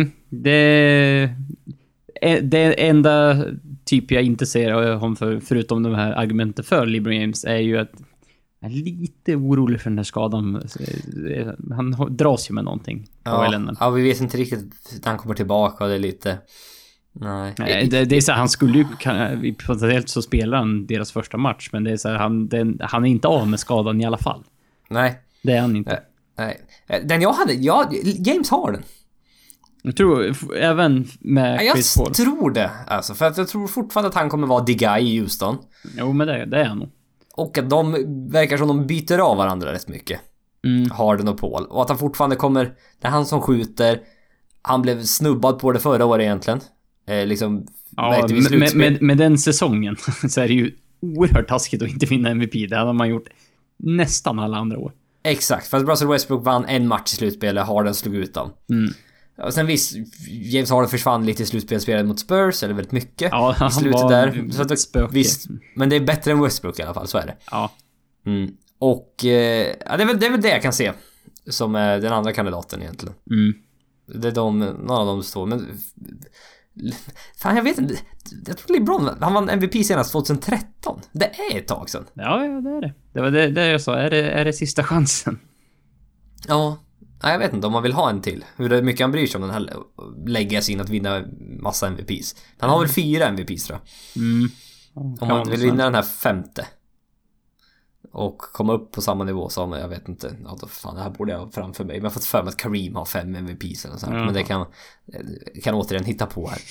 Det enda typ jag inte ser om förutom de här argumenten för LeBron James är ju att jag är lite orolig för den här skadan. Han dras ju med någonting. Ja, vi vet inte riktigt när han kommer tillbaka och det är lite... Nej, det är så här, han skulle ju potentiellt så spelar han deras första match, men det är så här, han är inte av med skadan i alla fall. Nej. Det är han inte. Nej. Den jag hade, James Harden. Jag tror även med Chris Paul. Jag tror det, alltså, för att jag tror fortfarande att han kommer vara the guy i Houston. Jo, men det är han nog. Och att de verkar som de byter av varandra rätt mycket. Harden och Paul. Och att han fortfarande kommer, det är han som skjuter. Han blev snubbad på det förra året egentligen. Liksom, ja, med den säsongen så är det ju oerhört taskigt att inte vinna MVP. Det hade man gjort nästan alla andra år. Exakt, för att Russell Westbrook vann en match i slutspelet, Harden slog ut dem. Och sen visst, James Harden försvann lite i slutspelsspelet mot Spurs, eller väldigt mycket i slutet där. Så att, visst, men det är bättre än Westbrook i alla fall, så är det. Ja. Och det är väl det jag kan se som är den andra kandidaten egentligen. Det är någon av dem står, men fan, jag vet inte. Jag tror LeBron, han vann MVP senast 2013. Det är ett tag sedan. Ja, det är det. Det var det jag sa. Är det sista chansen? Ja. Nej, jag vet inte om man vill ha en till. Hur mycket han bryr sig om den här lägga sig in att vinna massa MVPs. Han har väl 4 MVPs, tror jag. Om man vill vinna den här 5:e och komma upp på samma nivå som, jag vet inte, ja, då, fan, det här borde jag ha framför mig. Men jag har fått för mig att Kareem har 5 MVPs eller så här. Men det kan återigen hitta på här.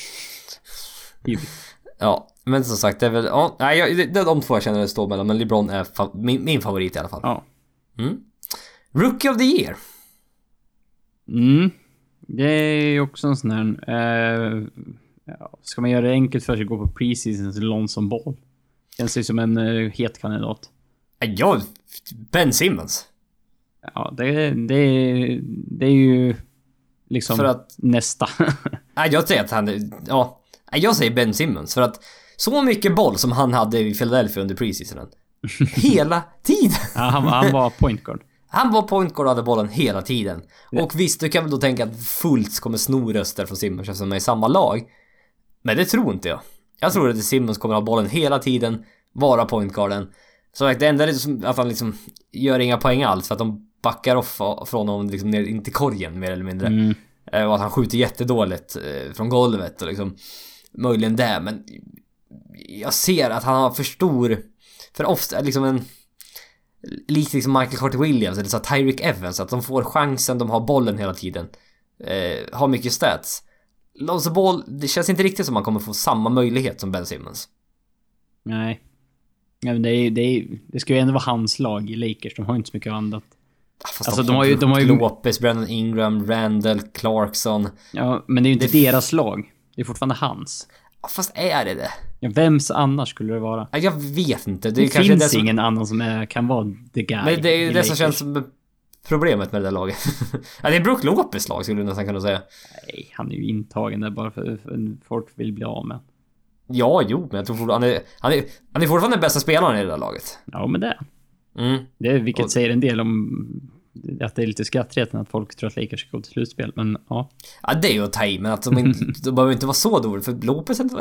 Ja, men som sagt, det är väl, det är de två jag känner det står mellan, men LeBron är min favorit i alla fall. Ja. Rookie of the Year. Det är ju också en sån här ska man göra det enkelt för sig att gå på preseason till Lonson Ball? Känns det som en het kandidat. Ja, Ben Simmons. Ja, det är ju liksom för att, nästa. Nej, jag säger att jag säger Ben Simmons för att så mycket boll som han hade i Philadelphia under preseasonen. Hela tiden. Ja, han var point guard. Han var point guard och hade bollen hela tiden. Och visst, du kan väl då tänka att Fultz kommer sno röster från Simmons eftersom de är i samma lag. Men det tror inte jag. Jag tror att Simmons kommer ha bollen hela tiden, vara point guarden. Så det enda är att han liksom gör inga poäng alls för att de backar off från honom liksom ner in till korgen mer eller mindre. Och att han skjuter jättedåligt från golvet och liksom möjligen det, men jag ser att han har för stor, för ofta liksom en likt liksom Michael Carter Williams eller så Tyreek Evans, att de får chansen, de har bollen hela tiden, har mycket stats. Lonzo Ball, det känns inte riktigt som man kommer få samma möjlighet som Ben Simmons. Nej. Ja, men det ska ju ändå vara hans lag i Lakers. De har inte så mycket annat. Fast alltså, de har ju Lopez, Brandon Ingram, Randall, Clarkson. Ja, men det är ju inte deras lag. Det är fortfarande hans. Ja, fast är det? Ja, vems annars skulle det vara? Jag vet inte. Det kanske finns det ingen annan som kan vara the guy. Men det är det som känns som problemet med det där laget. Ja, det är Brook Lopez lag skulle du nästan kunna säga. Nej, han är ju intagen där bara för folk vill bli av med. Ja, men jag tror han är fortfarande den bästa spelaren i det där laget. Ja, men det är vilket säger en del om att det är lite skrattretande att folk tror att Lakers ska gå till slutspel, men ja. Ja, det är ju att ta i, men att de behöver inte vara så dåliga, för Lopez han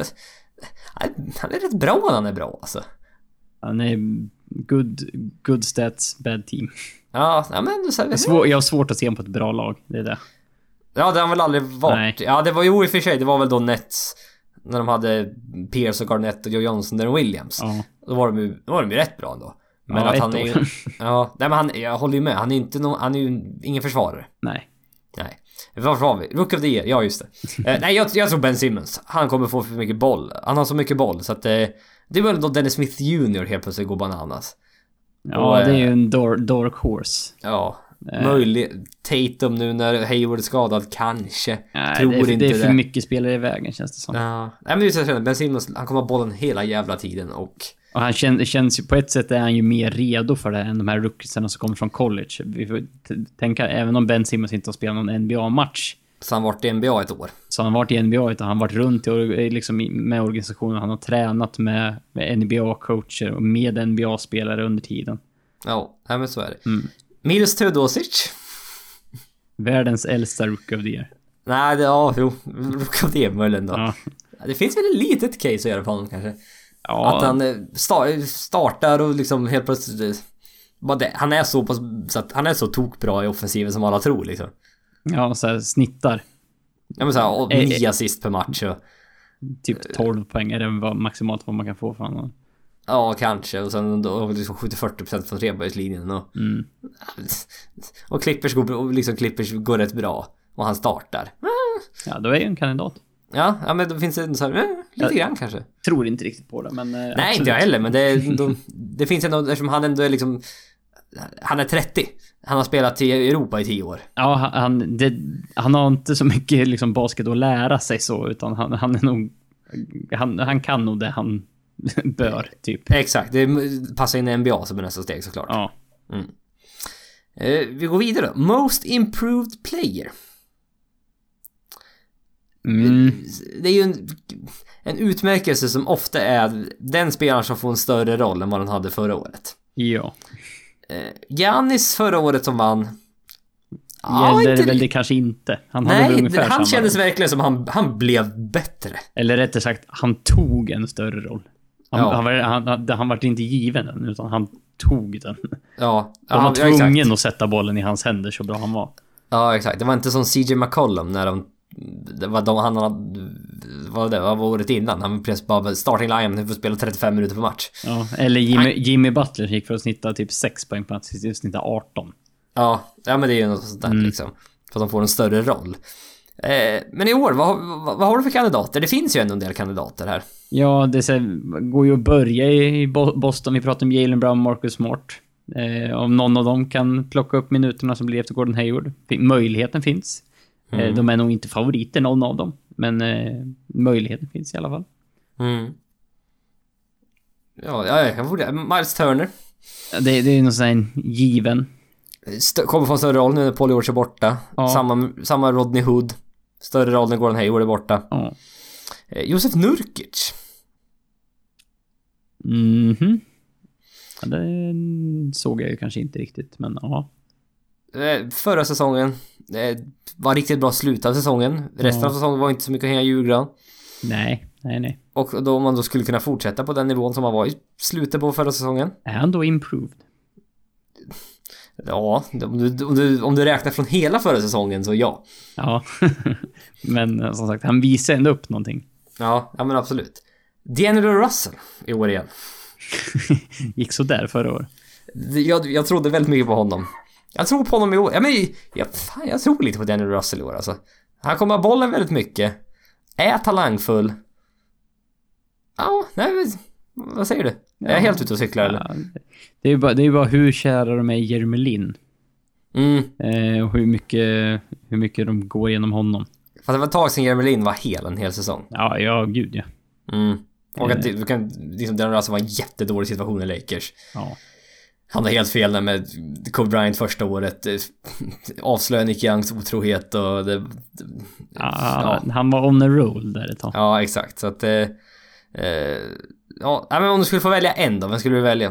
är rätt bra när han är bra, alltså. Han är good stats, bad team. Ja, men så här, jag har svårt att se honom på ett bra lag, det är det. Ja, det har väl aldrig varit. Nej. Ja, det var ju i och för sig, det var väl då Nets när de hade Pierce och Garnett och Joe Johnson och Williams. Ja. Då var de ju rätt bra ändå. Men att han är jag håller ju med. Han är ju ingen försvarare. Nej. Varför har vi? Rookie of the Year, ja just det. Nej, jag tror Ben Simmons. Han kommer få för mycket boll. Han har så mycket boll så att det är väl då Dennis Smith Jr. helt plötsligt går bananas. Ja, det är ju en dark horse. Ja. Möjligt. Tatum nu när Hayward är skadad kanske. Nej, tror det är för mycket spelare i vägen känns det som. Ja. Nej, men just det, Ben Simmons, han kommer ha bollen hela jävla tiden och han känns ju på ett sätt är han ju mer redo för det än de här rookiesarna som kommer från college. Vi får tänka, även om Ben Simmons inte har spelat någon NBA-match. Så han har varit i NBA ett år. Så han har varit i NBA, utan han har varit runt liksom med organisationen. Han har tränat med NBA-coacher och med NBA-spelare under tiden. Ja, men så är det. Milos Teodosic. Världens äldsta rookie of the year. Nej, rookie of the year möjligen då. Ja. Det finns väl ett litet case att göra på honom kanske. Ja. Att han startar och liksom helt plötsligt han är så pass, så att han är så tokbra i offensiven som alla tror liksom. Ja, så här, snittar. Ja, men så här, 9 assist per match och typ 12 poäng är det maximalt vad man kan få från honom. Ja, kanske. Och sen då liksom skjuter 40% från trepoängslinjen och Clippers går rätt bra och han startar. Ja, då är ju en kandidat. Ja, men då finns det så här, lite grann kanske. Tror inte riktigt på det, men nej, absolut. Inte jag heller, men det finns ändå, eftersom han ändå är liksom, han är 30. Han har spelat i Europa i 10 år. Ja, han har inte så mycket liksom basket att lära sig så, utan han är nog han kan nog det han bör typ. Exakt, det passar in i NBA som är nästa steg såklart. Ja. Vi går vidare då. Most improved player. Det är ju en utmärkelse som ofta är den spelaren som får en större roll än vad den hade förra året. Ja. Giannis förra året som vann. Gällde väl det kanske inte. Nej, han kändes verkligen som han blev bättre. Eller rättare sagt, han tog en större roll. Han var inte given den, utan han tog den. Ja, de var tvungen att sätta bollen i hans händer så bra han var. Ja, exakt. Det var inte som CJ McCollum när han var året innan. Han plötsligt bara starting line för att spela 35 minuter per match. Ja, eller Jimmy Butler gick för att snitta typ 6 poäng på att snitta 18. Ja, men det är ju något sånt där liksom. För att de får en större roll. Men i år, vad har du för kandidater? Det finns ju ändå en del kandidater här. Ja, det går ju att börja i Boston. Vi pratar om Jaylen Brown, Marcus Smart. Om någon av dem kan plocka upp minuterna som blir efter Gordon Hayward. Möjligheten finns. De är nog inte favoriter, någon av dem. Men möjligheten finns i alla fall. Ja, jag kan få det. Miles Turner. Det är någon sån här given. Kommer få en större roll nu när Paul George är borta. Ja. Samma Rodney Hood. Större roll när Gordon Hayward är borta. Ja. Josef Nurkic. Ja, det såg jag ju kanske inte riktigt, men ja. Förra säsongen var riktigt bra slut av säsongen. Resten av säsongen var inte så mycket att hänga julgran. Nej. Och då om man då skulle kunna fortsätta på den nivån som man var i slutet på förra säsongen. Är han då improved? Ja, om du räknar från hela förra säsongen så ja. Ja, men som sagt, han visar ändå upp någonting. Ja men absolut. D'Angelo Russell i år igen. Gick så där förra år. Jag trodde väldigt mycket på honom. Jag tror på honom i år. Jag tror lite på D'Angelo Russell i år alltså. Han kommer ha bollen väldigt mycket. Är talangfull. Ja, nej, vad säger du? Jag är helt ute och cyklar eller? Det är ju bara hur kära de är i Jeremy Lin. Och hur mycket de går igenom honom. Fast det var ett tag sedan Jeremy Lin var en hel säsong. Ja, gud ja. Och att liksom, den var en jättedålig situation i Lakers. Ja. Han var helt fel där med Kobe Bryant första året. Avslöjade Nick Youngs otrohet och han var on a roll där ett tag. Ja, exakt. Så att men om du skulle få välja en då, vem skulle du välja?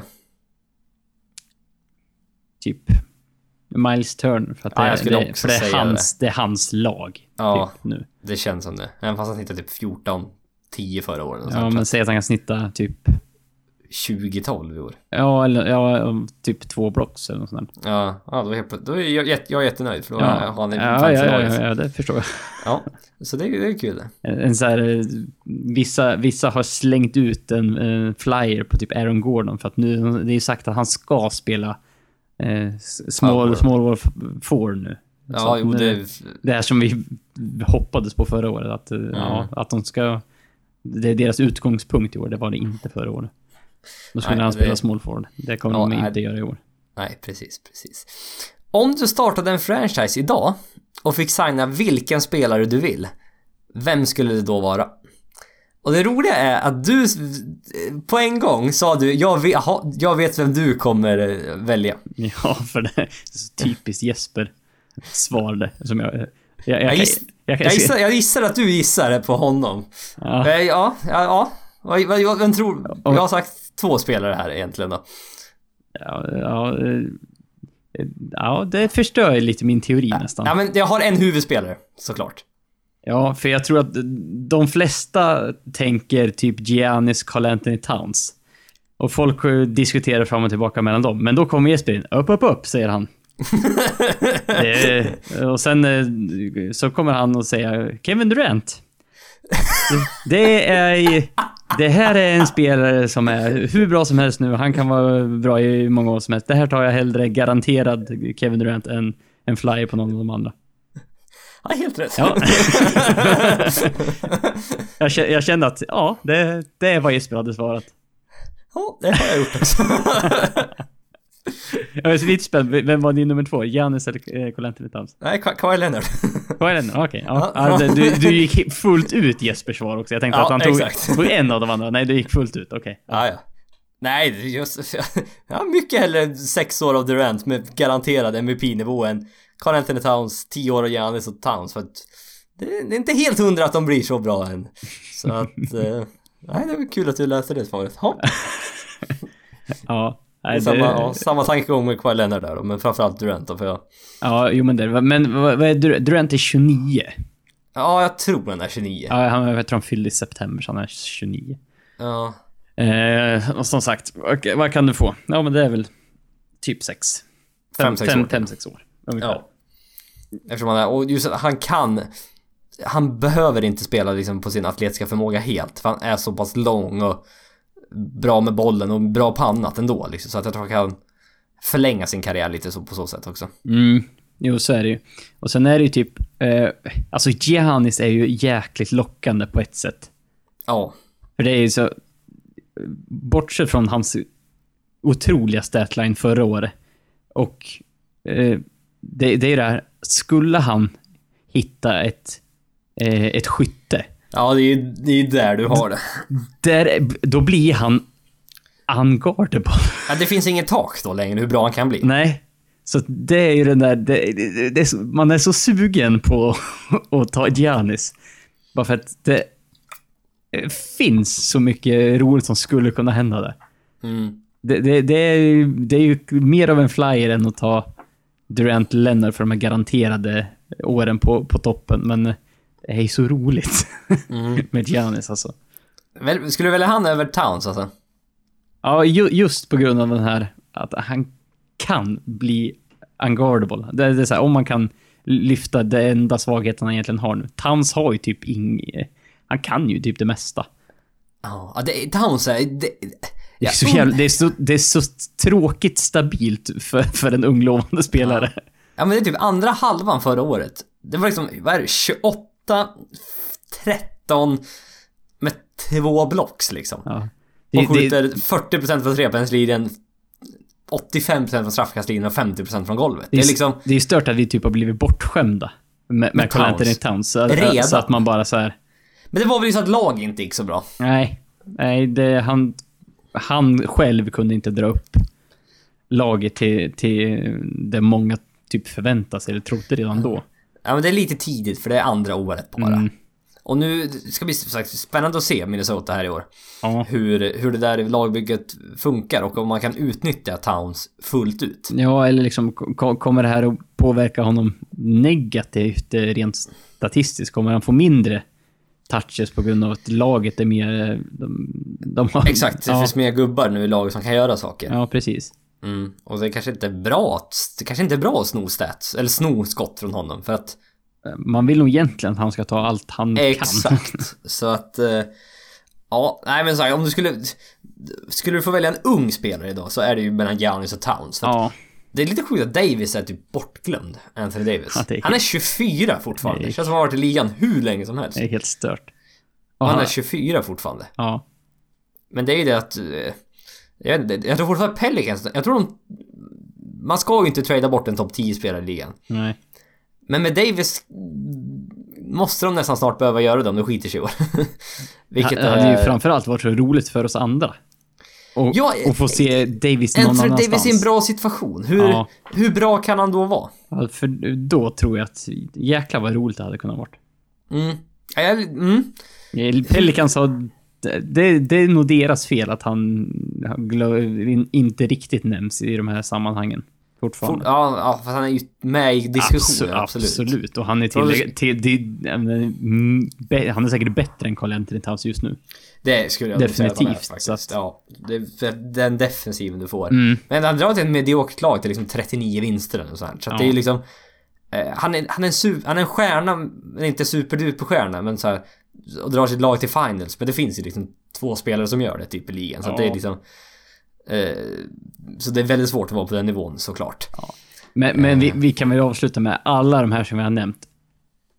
Typ Miles Turner för att det är hans lag. Ja, typ, nu. Det känns som det. Även fast han hittade typ 14-10 förra året. Ja, men säg att han kan snitta typ 20-12 i år. Ja, typ 2 blocks eller något sånt. Ja, då är jag jättenöjd för då har han ja, det förstår jag. Ja, så det är kul det. En så här, vissa har slängt ut en flyer på typ Aaron Gordon för att nu det är sagt att han ska spela small ball 4 nu. Ja, jo, det är som vi hoppades på förra året att de ska, det är deras utgångspunkt i år, det var det inte förra året. Då skulle han spela small forward. Det kommer de inte göra i år. Nej, precis. Om du startade en franchise idag och fick signa vilken spelare du vill, vem skulle det då vara? Och det roliga är att du på en gång sa du, jag vet vem du kommer välja. Ja, för det är så typiskt Jesper svarade som jag gissar att du gissar på honom. Ja. Vem tror... Jag har sagt 2 spelare här egentligen då. Ja, det förstör lite min teori nästan. Ja, men jag har en huvudspelare, såklart. Ja, för jag tror att de flesta tänker typ Giannis, Karl Anthony Towns. Och folk diskuterar fram och tillbaka mellan dem. Men då kommer Jesper in. Upp, säger han. Och sen så kommer han och säger Kevin Durant. Det här är en spelare som är hur bra som helst nu. Han kan vara bra i många år som helst. Det här tar jag hellre garanterad Kevin Durant än en flyer på någon av de andra. Ja, helt rätt. Ja. jag kände att det är vad Jesper hade svarat. Ja, det har jag gjort också. Jag är lite spänd. Vem var din nummer 2? Giannis eller Karl Anthony Towns? Nej, Kawhi Leonard. Kawhi Leonard, okej. Ja. Du gick fullt ut Jespers svar också. Jag tänkte att han tog en av de andra. Nej, du gick fullt ut, okej. Ja. Nej, just... Ja, mycket hellre 6 år av Durant med garanterad MVP-nivå än Karl Anthony Towns, 10 år av Giannis och Towns. För att det är inte helt 100 att de blir så bra än. Så att... nej, det var kul att du läste det svaret. Ja. Nej, samma tankegång med Kawhi Leonard där då, men framförallt Durant då, för jag... Ja, jo men det. Men vad är Durant är 29? Ja, jag tror han är 29. Ja, jag tror han fyllde i september, så han är 29. Ja. Och som sagt, vad kan du få? Ja, men det är väl typ 5-6 år. Ungefär. Ja. Eftersom han är, och just att han behöver inte spela liksom på sin atletiska förmåga helt, för han är så pass lång och bra med bollen och bra på annat ändå liksom, så att jag tror han kan förlänga sin karriär lite så på så sätt också. Jo, så är det ju. Och sen är det ju typ alltså Giannis är ju jäkligt lockande på ett sätt. Ja. För det är ju så, bortsett från hans otroliga statline förra året, och det är det här, skulle han hitta ett skytte. Ja, det är där du har det. Då blir han unguardable. Ja, det finns ingen tak då längre hur bra han kan bli. Nej. Så det är ju den där... man är så sugen på att ta Giannis. Bara för att det finns så mycket roligt som skulle kunna hända där. Det är ju mer av en flyer än att ta Durant Leonard för de här garanterade åren på toppen. Men det är ju så roligt med Giannis alltså. Skulle du välja han över Towns alltså? Ja, just på grund av den här att han kan bli unguardable. Det är så här, om man kan lyfta det enda svagheten han egentligen har nu. Towns har ju typ han kan ju typ det mesta. Ja, Towns är... Det är så tråkigt stabilt för en ung lovande spelare. Ja, men det är typ andra halvan förra året. Det var liksom, vad är det, 28-13 med 2 blocks liksom. Ja. Och skjuter 40% från trepoängslinjen, 85% från straffkastlinjen och 50% från golvet. Det är liksom... Det är stört att vi typ har blivit bortskämda med Karl Anthony Towns. Så att man bara så här... Men det var väl ju så att lag inte gick så bra. Nej, han själv kunde inte dra upp laget till det många typ förväntar sig eller trodde redan då. Ja, men det är lite tidigt för det är andra året bara. Och nu ska det bli spännande att se Minnesota här i år. Ja. Hur det där lagbygget funkar och om man kan utnyttja Towns fullt ut. Ja, eller liksom kommer det här att påverka honom negativt rent statistiskt? Kommer han få mindre touches på grund av att laget är mer... De har, exakt, det finns mer gubbar nu i laget som kan göra saker. Ja, precis. Och det kanske inte är bra att sno stats eller sno skott från honom, för att man vill nog egentligen att han ska ta allt han kan. Exakt. Så att ja, nej men så här, om du skulle du få välja en ung spelare idag så är det ju mellan Giannis och Towns. För det är lite sjukt att Davis är typ bortglömd, Anthony Davis. Ja, han är 24 fortfarande. Det känns som att han har varit i ligan hur länge som helst. Det är helt stört. Och han är 24 fortfarande. Ja. Men det är ju det att jag tror fortfarande Pelicans, man ska ju inte trada bort en topp 10-spelare i ligan. Nej. Men med Davis måste de nästan snart behöva göra det om de skiter sig i år. Vilket det hade ju framförallt varit så roligt för oss andra. Och få se Davis någon annanstans. Davis i en bra situation. Hur bra kan han då vara? Ja, för då tror jag att jäklar vad roligt det hade kunnat vara. Pelicans har... Det är nog deras fel att han inte riktigt nämns i de här sammanhangen. Fortfarande. Ja, för han är ju med i diskussionen. Absolut. Och han är han är säkert bättre än Karl Anthony Towns just nu. Det skulle jag definitivt säga faktiskt. Ja, det är den defensiven du får. Men han drar till ett mediokert lag till liksom 39 vinster eller så här. Så att det är liksom han är en stjärna, men inte superduper stjärna, men så här, och drar sitt lag till finals, men det finns ju liksom 2 spelare som gör det typ i ligan, så att det är liksom så det är väldigt svårt att vara på den nivån såklart. Men vi kan väl avsluta med alla de här som vi har nämnt.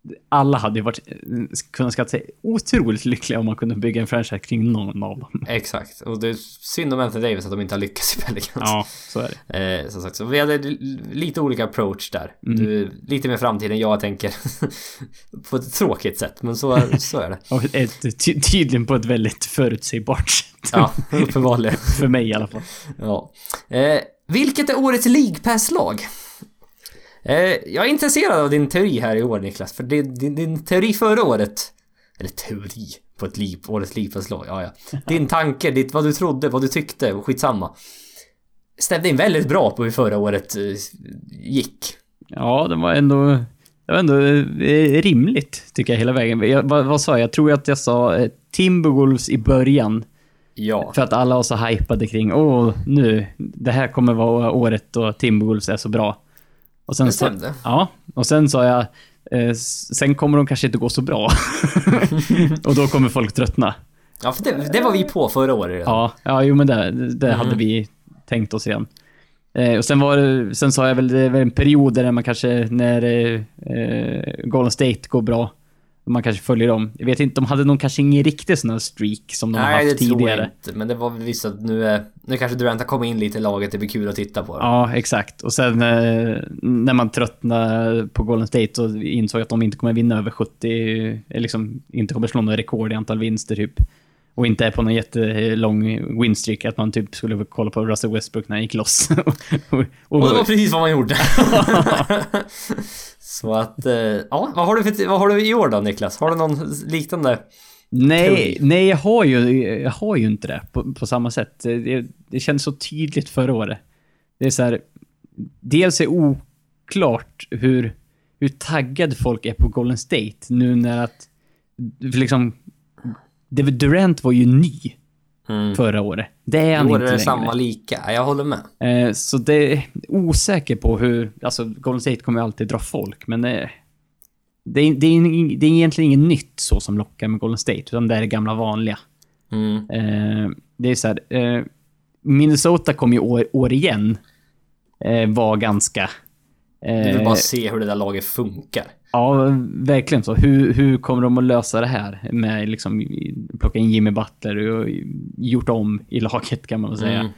alla hade ju kunnat skatta sig otroligt lyckliga om man kunde bygga en franchise kring någon av dem. Exakt, och det är synd om Anthony Davis att de inte har lyckats i Pelicans. Ja, så är det. Som sagt, så vi hade lite olika approach där. Du, lite mer framtiden, jag tänker på ett tråkigt sätt, men så är det. Och tydligen på ett väldigt förutsägbart sätt. Ja, uppenbarligen. För mig i alla fall. Ja. Vilket är årets League Pass-lag? Jag är intresserad av din teori här i år, Niklas. För din teori förra året, eller teori på ett årets League Pass-lag, ja. Din tanke, vad du trodde, vad du tyckte, skitsamma, stämde in väldigt bra på hur förra året gick. Ja, det var ändå rimligt, tycker jag, hela vägen. Vad sa jag? Jag tror att jag sa Timberwolves i början. Ja. För att alla var så hypade kring nu, det här kommer vara året då Timberwolves är så bra. Och sen och sen sa jag sen kommer de kanske inte gå så bra. Och då kommer folk tröttna. Ja, för det var vi på förra året redan. Ja, jo, men det hade vi tänkt oss igen. Och sen sa jag väl, det var en period där man kanske, när Golden State går bra, man kanske följer dem. Jag vet inte, de hade nog kanske ingen riktig sån här streak som de har haft tidigare. Nej, det tror jag inte. Men det var väl visst att nu kanske Durant har kommit in lite i laget. Det blir kul att titta på det. Ja, exakt. Och sen när man tröttnar på Golden State och insåg att de inte kommer vinna över 70, liksom inte kommer slå några rekord i antal vinster typ. Och inte är på någon jättelång winstreak, att man typ skulle kolla på Russell Westbrook när han gick loss. och det var precis vad man gjorde. Så att, ja, vad har du i år då, Niklas? Har du någon liknande? Nej, jag har ju inte det på samma sätt. Det känns så tydligt förra året. Det är så här, dels är oklart hur taggad folk är på Golden State nu, när att liksom Durant var ju ny förra året. Det är han inte längre. Samma lika, jag håller med. Så det är osäker på hur, alltså Golden State kommer alltid dra folk, men det är egentligen inget nytt så som lockar med Golden State, utan det är det gamla vanliga. Det är så här, Minnesota kom ju år igen, var ganska du vill bara se hur det där laget funkar. Ja, verkligen så. Hur kommer de att lösa det här med liksom plocka in Jimmy Butler och gjort om i laget, kan man väl säga.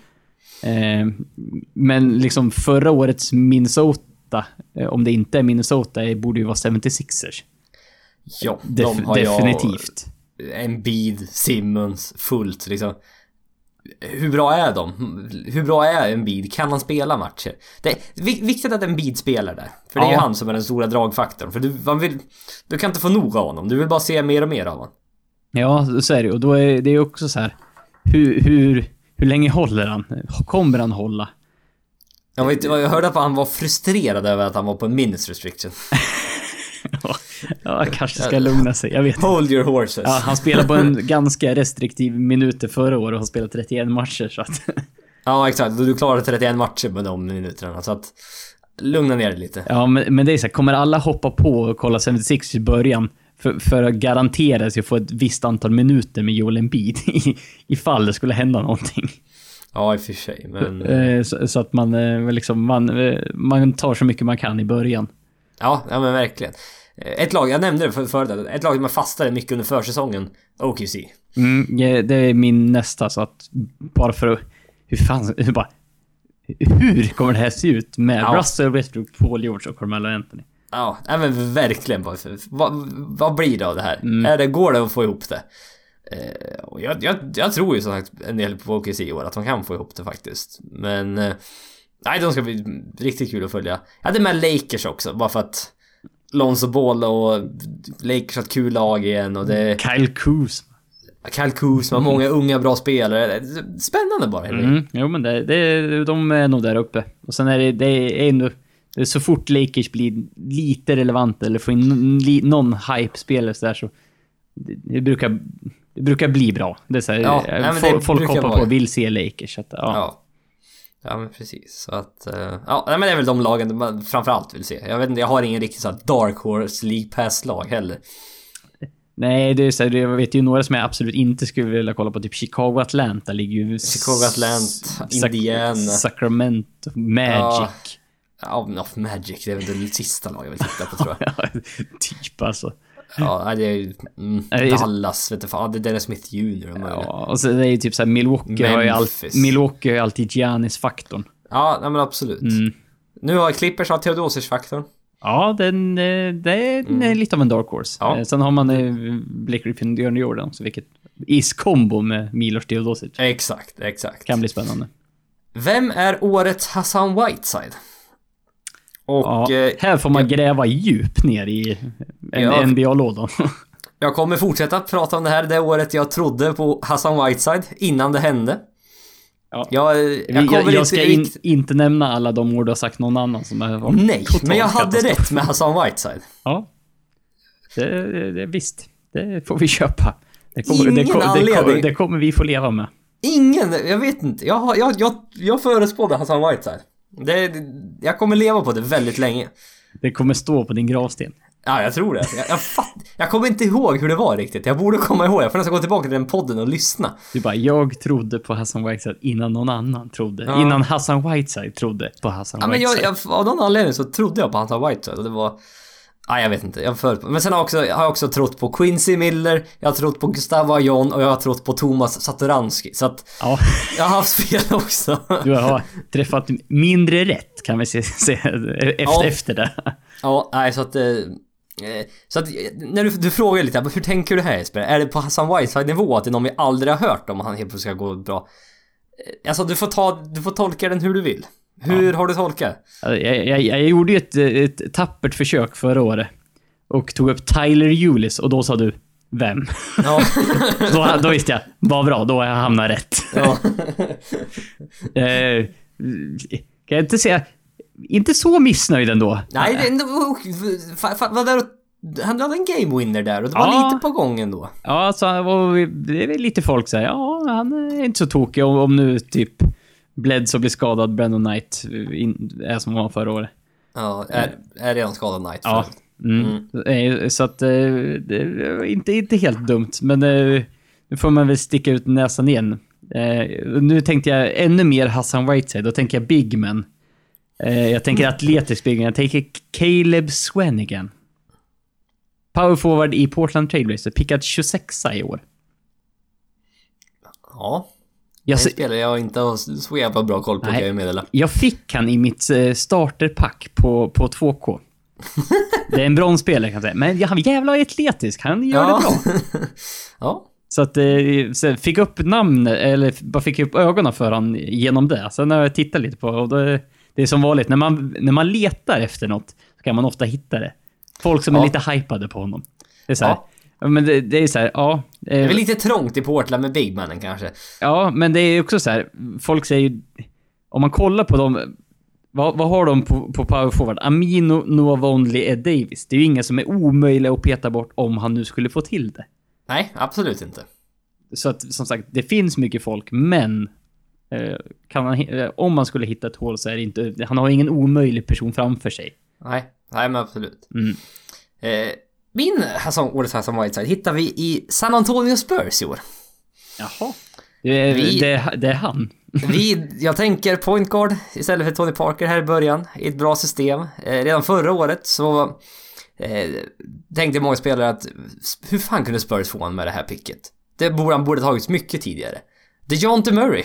Men liksom förra årets Minnesota, om det inte är Minnesota, borde ju vara 76ers. Ja, de har definitivt. Embiid, Simmons, fullt liksom. Hur bra är de? Hur bra är Embiid? Kan han spela matcher? Det är viktigt att Embiid spelar där. För det är ju han som är den stora dragfaktorn. För du kan inte få nog av honom. Du vill bara se mer och mer av honom. Ja, så är det. Och då är det ju också så här, hur länge håller han? Kommer han hålla? Jag hörde att han var frustrerad över att han var på en minutes restriction. Ja, kanske ska lugna sig. Jag vet. Hold your horses. Ja, han spelar på en ganska restriktiv minuter förra året och har spelat 31 matcher, så att... Ja, exakt. Du klarade 31 matcher med de minuterna, så att lugna ner dig lite. Ja, men det är så här, kommer alla hoppa på och kolla 76 i början för att garantera sig att få ett visst antal minuter med Joel Embiid ifall det skulle hända någonting? Ja, i och för sig, men... Så att man liksom man tar så mycket man kan i början. Ja, men verkligen. Ett lag, jag nämnde det förut, ett lag som jag fastade mycket under försäsongen, OKC. Det är min nästa, så att bara för att hur kommer det här se ut med Russell Westbrook, Paul George och Carmelo Anthony? Ja, men verkligen. Vad blir det av det här? Går det att få ihop det? Och jag tror ju som sagt en del på OKC i år att de kan få ihop det faktiskt. Men nej, de ska bli riktigt kul att följa. Jag hade med Lakers också, bara för att Lonzo Ball och Lakers har ett kul lag igen, och det Kyle Kuzma, många unga bra spelare. Spännande bara. Jo, men de är nog där uppe. Och sen är det är ändå, så fort Lakers blir lite relevant eller får in någon hype-spelare så det brukar bli bra. Det är så här, folk hoppar på och vill se Lakers, så att, Ja, men precis. Så att men det är väl de lagen man framförallt vill se. Jag vet inte, jag har ingen riktigt så här Dark Horse League Pass-lag heller. Nej, det är så här, jag vet ju några som jag absolut inte skulle vilja kolla på, typ Chicago Atlanta ligger ju... Chicago Atlanta, Indiana, Sacramento, Magic. Ja, Magic, det är väl det sista laget jag vill titta på, tror jag. Typ alltså. Ja, det är ju Dallas, vet du fan. Det är Dennis Smith Jr. Ja, och så det är ju typ så här, Milwaukee har ju alltid Giannis-faktorn. Ja, nej, men absolut. Nu har Clippers har Theodosic-faktorn. Ja, det är lite av en dark horse. Ja. Sen har man Blake Griffin och De'Aaron Jordan, så vilket is-kombo med Milos Theodosic. Exakt. Kan bli spännande. Vem är årets Hassan Whiteside? Och här får man gräva djupt ner i NBA-lådan. Jag kommer fortsätta prata om det här. Det året jag trodde på Hassan Whiteside innan det hände. Ja. Jag ska inte nämna alla de ord du har sagt någon annan som är. Nej, men jag hade rätt med Hassan Whiteside. Ja. Det visst. Det får vi köpa. Det kommer vi få leva med. Jag vet inte. Jag förespådde Hassan Whiteside. Jag kommer leva på det väldigt länge. Det kommer stå på din gravsten. Ja, jag tror det. Jag kommer inte ihåg hur det var riktigt. Jag borde komma ihåg. Jag får nästan gå tillbaka till den podden och lyssna. Du bara, jag trodde på Hassan Whiteside innan någon annan trodde. Ja. Innan Hassan Whiteside trodde på Hassan Whiteside. Men av någon anledning så trodde jag på Hassan Whiteside. Och det var... Nej, jag vet inte. Men sen har jag också trott på Quincy Miller. Jag har trott på Gustavo Ayon. Och jag har trott på Thomas Satoransky. Så att jag har haft fel också. Du har träffat mindre rätt, kan vi se efter det. Ja, nej, så att när du frågar lite, hur tänker du här, Jesper? Är det på Hassan Whiteside-nivå att det är någon vi aldrig har hört om han helt plötsligt ska gå bra? Alltså, du får tolka den hur du vill. Hur har du tolkat? Jag gjorde ju ett tappert försök förra året och tog upp Tyler Ulis, och då sa du, vem? Ja. då visste jag, vad bra, då har jag hamnat rätt. Ja. Kan jag inte säga, inte så missnöjd ändå. Nej, han hade en game winner där och det var lite på gången då. Ja, alltså, det är väl lite folk säger, ja, han är inte så tokig om nu typ Bledsoe blir skadad, Brandon Knight är som han var förra året. Ja, är redan skadad Knight. Ja. Så att det är inte helt dumt, men nu får man väl sticka ut näsan igen. Nu tänkte jag ännu mer Hassan Whiteside, då tänker jag big man. Jag tänker atletisk big man. Jag tänker Caleb Swanigan. Power forward i Portland Trailblazers, pickad 26 i år. Ja. Jag spelar jag inte har så jävla bra koll på, kan jag meddela. Jag fick han i mitt starterpack på 2K. Det är en bronsspelare, kan jag säga. Men han är jävla atletisk, han gör det bra. Ja. Så att så fick upp namn, eller bara fick upp ögonen för han genom det. Sen när jag tittar lite på, och det är som vanligt, när man letar efter något så kan man ofta hitta det. Folk som är lite hypade på honom. Det är så här. Men det är så här, det är väl lite trångt i Portland med Big Mannen kanske. Ja, men det är också så här, folk säger, om man kollar på dem, vad har de på power forward? Amino, Noah Vonley, Ed Davis. Det är ju inga som är omöjliga att peta bort om han nu skulle få till det. Nej, absolut inte. Så att, som sagt, det finns mycket folk, men kan han, om man skulle hitta ett hål så är det inte, han har ingen omöjlig person framför sig. Nej men absolut. Min årets Hassan Whiteside hittar vi i San Antonio Spurs i år. Jaha. Det är han. Jag tänker point guard istället för Tony Parker här i början. I ett bra system. Redan förra året så tänkte många spelare att hur fan kunde Spurs få han med det här picket? Han borde tagits mycket tidigare. DeJounte Murray.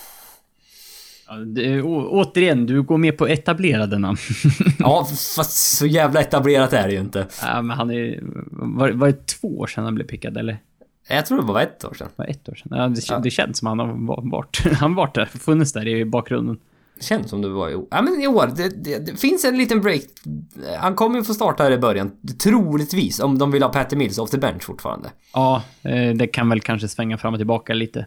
Ja, återigen, du går med på etablerade namn. Ja, fast så jävla etablerat är det ju inte. Ja, men han är... Var det 2 år sedan han blev pickad, eller? Jag tror det var 1 år sedan. Var 1 år sedan? Ja, det känns som han har varit där, funnits där i bakgrunden. Det känns som det var i år. Ja, men i år, det finns en liten break. Han kommer ju få starta här i början, troligtvis, om de vill ha Patty Mills off the bench fortfarande. Ja, det kan väl kanske svänga fram och tillbaka lite.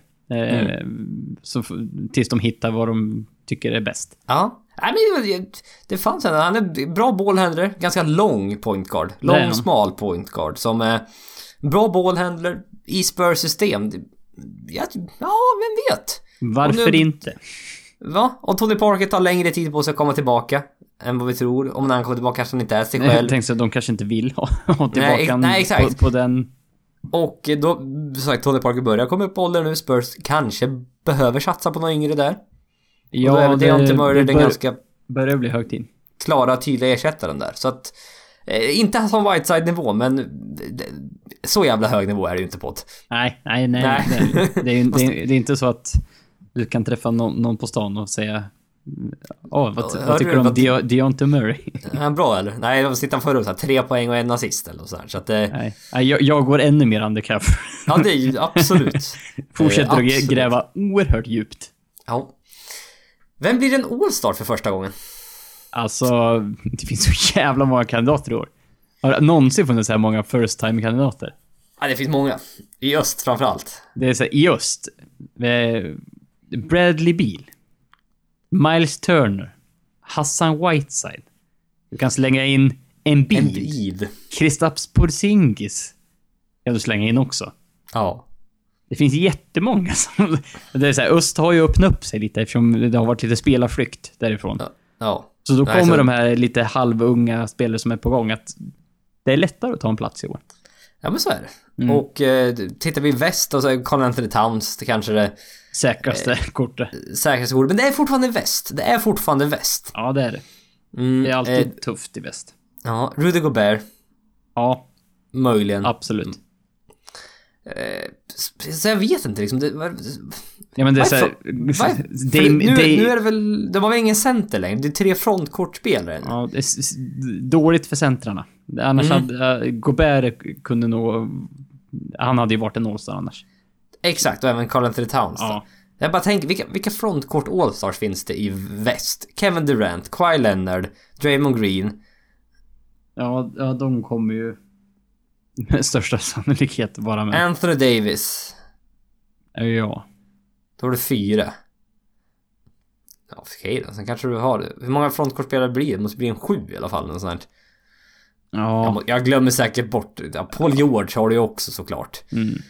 Så tills de hittar vad de tycker är bäst. Ja, men det fanns han är bra bollhandler, ganska lång point guard, smal point guard som är bra bollhandler i Spurs system. Ja, vem vet? Varför inte? Va? Och Tony Parker tar längre tid på sig att komma tillbaka än vad vi tror. Om när han kommer tillbaka kanske han inte är sig själv. Jag tänkte att de kanske inte vill ha tillbaka på den. Och då sagt Tony Parker börjar komma upp på åldern nu. Spurs kanske behöver satsa på någon yngre där. Ja, det börjar bli hög tid. klara, tydliga ersättaren där. Så att, inte som Whiteside-nivå, men så jävla hög nivå är det ju inte på det. Nej. Det är inte så att du kan träffa någon på stan och säga vad tycker du om Deontay Murray? Är han bra eller? Nej, de sitter förut så här, 3 poäng och 1 assist eller så här, så att Nej, jag går ännu mer undercover. Ja, det är ju absolut. Fortsätter att gräva oerhört djupt. Ja. Vem blir en All-Star för första gången? Alltså, det finns så jävla många kandidater i år. Har det någonsin funnits så här många first-time-kandidater? Ja, det finns många. I öst framförallt. Det är så här, i öst. Bradley Beal. Miles Turner. Hassan Whiteside. Du kan slänga in Embiid. Kristaps Porzingis kan du slänga in också. Ja. Det finns jättemånga som... Det är så här, öst har ju öppnat upp sig lite eftersom det har varit lite spelarflykt därifrån. Ja. Så då kommer de här lite halvunga spelare som är på gång att det är lättare att ta en plats i år. Ja, men så är det. Och tittar vi i väst och så är Karl Anthony Towns, det kanske är det säkraste kortet. Säkraste kortet, men det är fortfarande väst. Det är fortfarande väst. Ja, det är det. Det är alltid tufft i väst. Ja, Rudy Gobert. Ja. Möjligen. Absolut. Så jag vet inte liksom ja, men det är så här, nu är det väl, de har väl ingen center längre. Det är 3 frontkortspelare. Ja, det är dåligt för centrarna. Annars hade Gobert kunde nog, han hade ju varit en All-Star annars. Exakt, och även Karl Anthony Towns. Ja. Jag bara tänker, vilka frontkort All-Stars finns det i väst? Kevin Durant, Kawhi Leonard, Draymond Green. Ja, de kommer ju med största sannolikhet vara med. Anthony Davis. Ja. Då har du 4. Ja, okej då. Sen kanske du har det. Hur många frontkortspelare blir det? Det måste bli en 7 i alla fall. Något sånt här. Ja. Jag glömmer säkert bort. Paul George har det ju också såklart.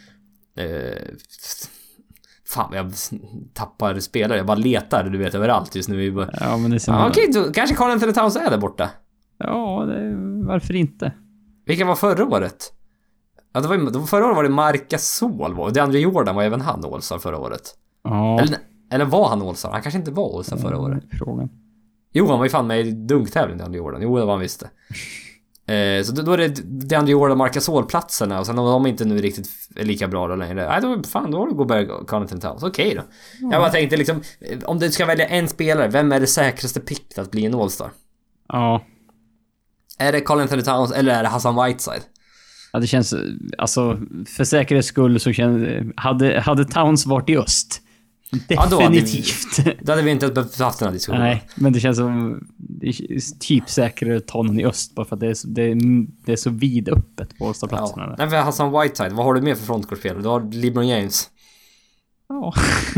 Fan, jag tappar spelare. Jag bara letar, du vet, överallt just nu. Ja, men det är okej, då kanske Karl Anthony Towns är där borta. Ja, varför inte? Vilka var förra året? Ja, förra året var det Marc Gasol, och DeAndre Jordan var även han All-Star förra året. Ja. Eller var han All-Star? Han kanske inte var All-Star förra året. Frågan. Jo, han var ju fan med i dunktävlingen, DeAndre Jordan. Jo, det var han visste. Så då är det DeAndre Jordan och Marc Gasol-platserna, och sen om de inte nu riktigt är lika bra då längre. Nej, då har du Gobert och Karl Anthony Towns. Okej då. Jag bara tänkte liksom, om du ska välja en spelare, vem är det säkraste pick att bli en All-Star? Ja. Är det Karl Anthony Towns eller är det Hassan Whiteside? Ja, det känns, alltså, för säkerhets skull så hade Towns varit i öst. Definitivt. Då hade vi inte haft den här diskussionen. Nej, men det känns som det är typ säkrare att ta någon i öst bara för att det är så vidöppet på Åstaplatserna. Ja. Nej, för Hassan Whiteside, vad har du med för frontkortspelare? Du har LeBron James. Ja.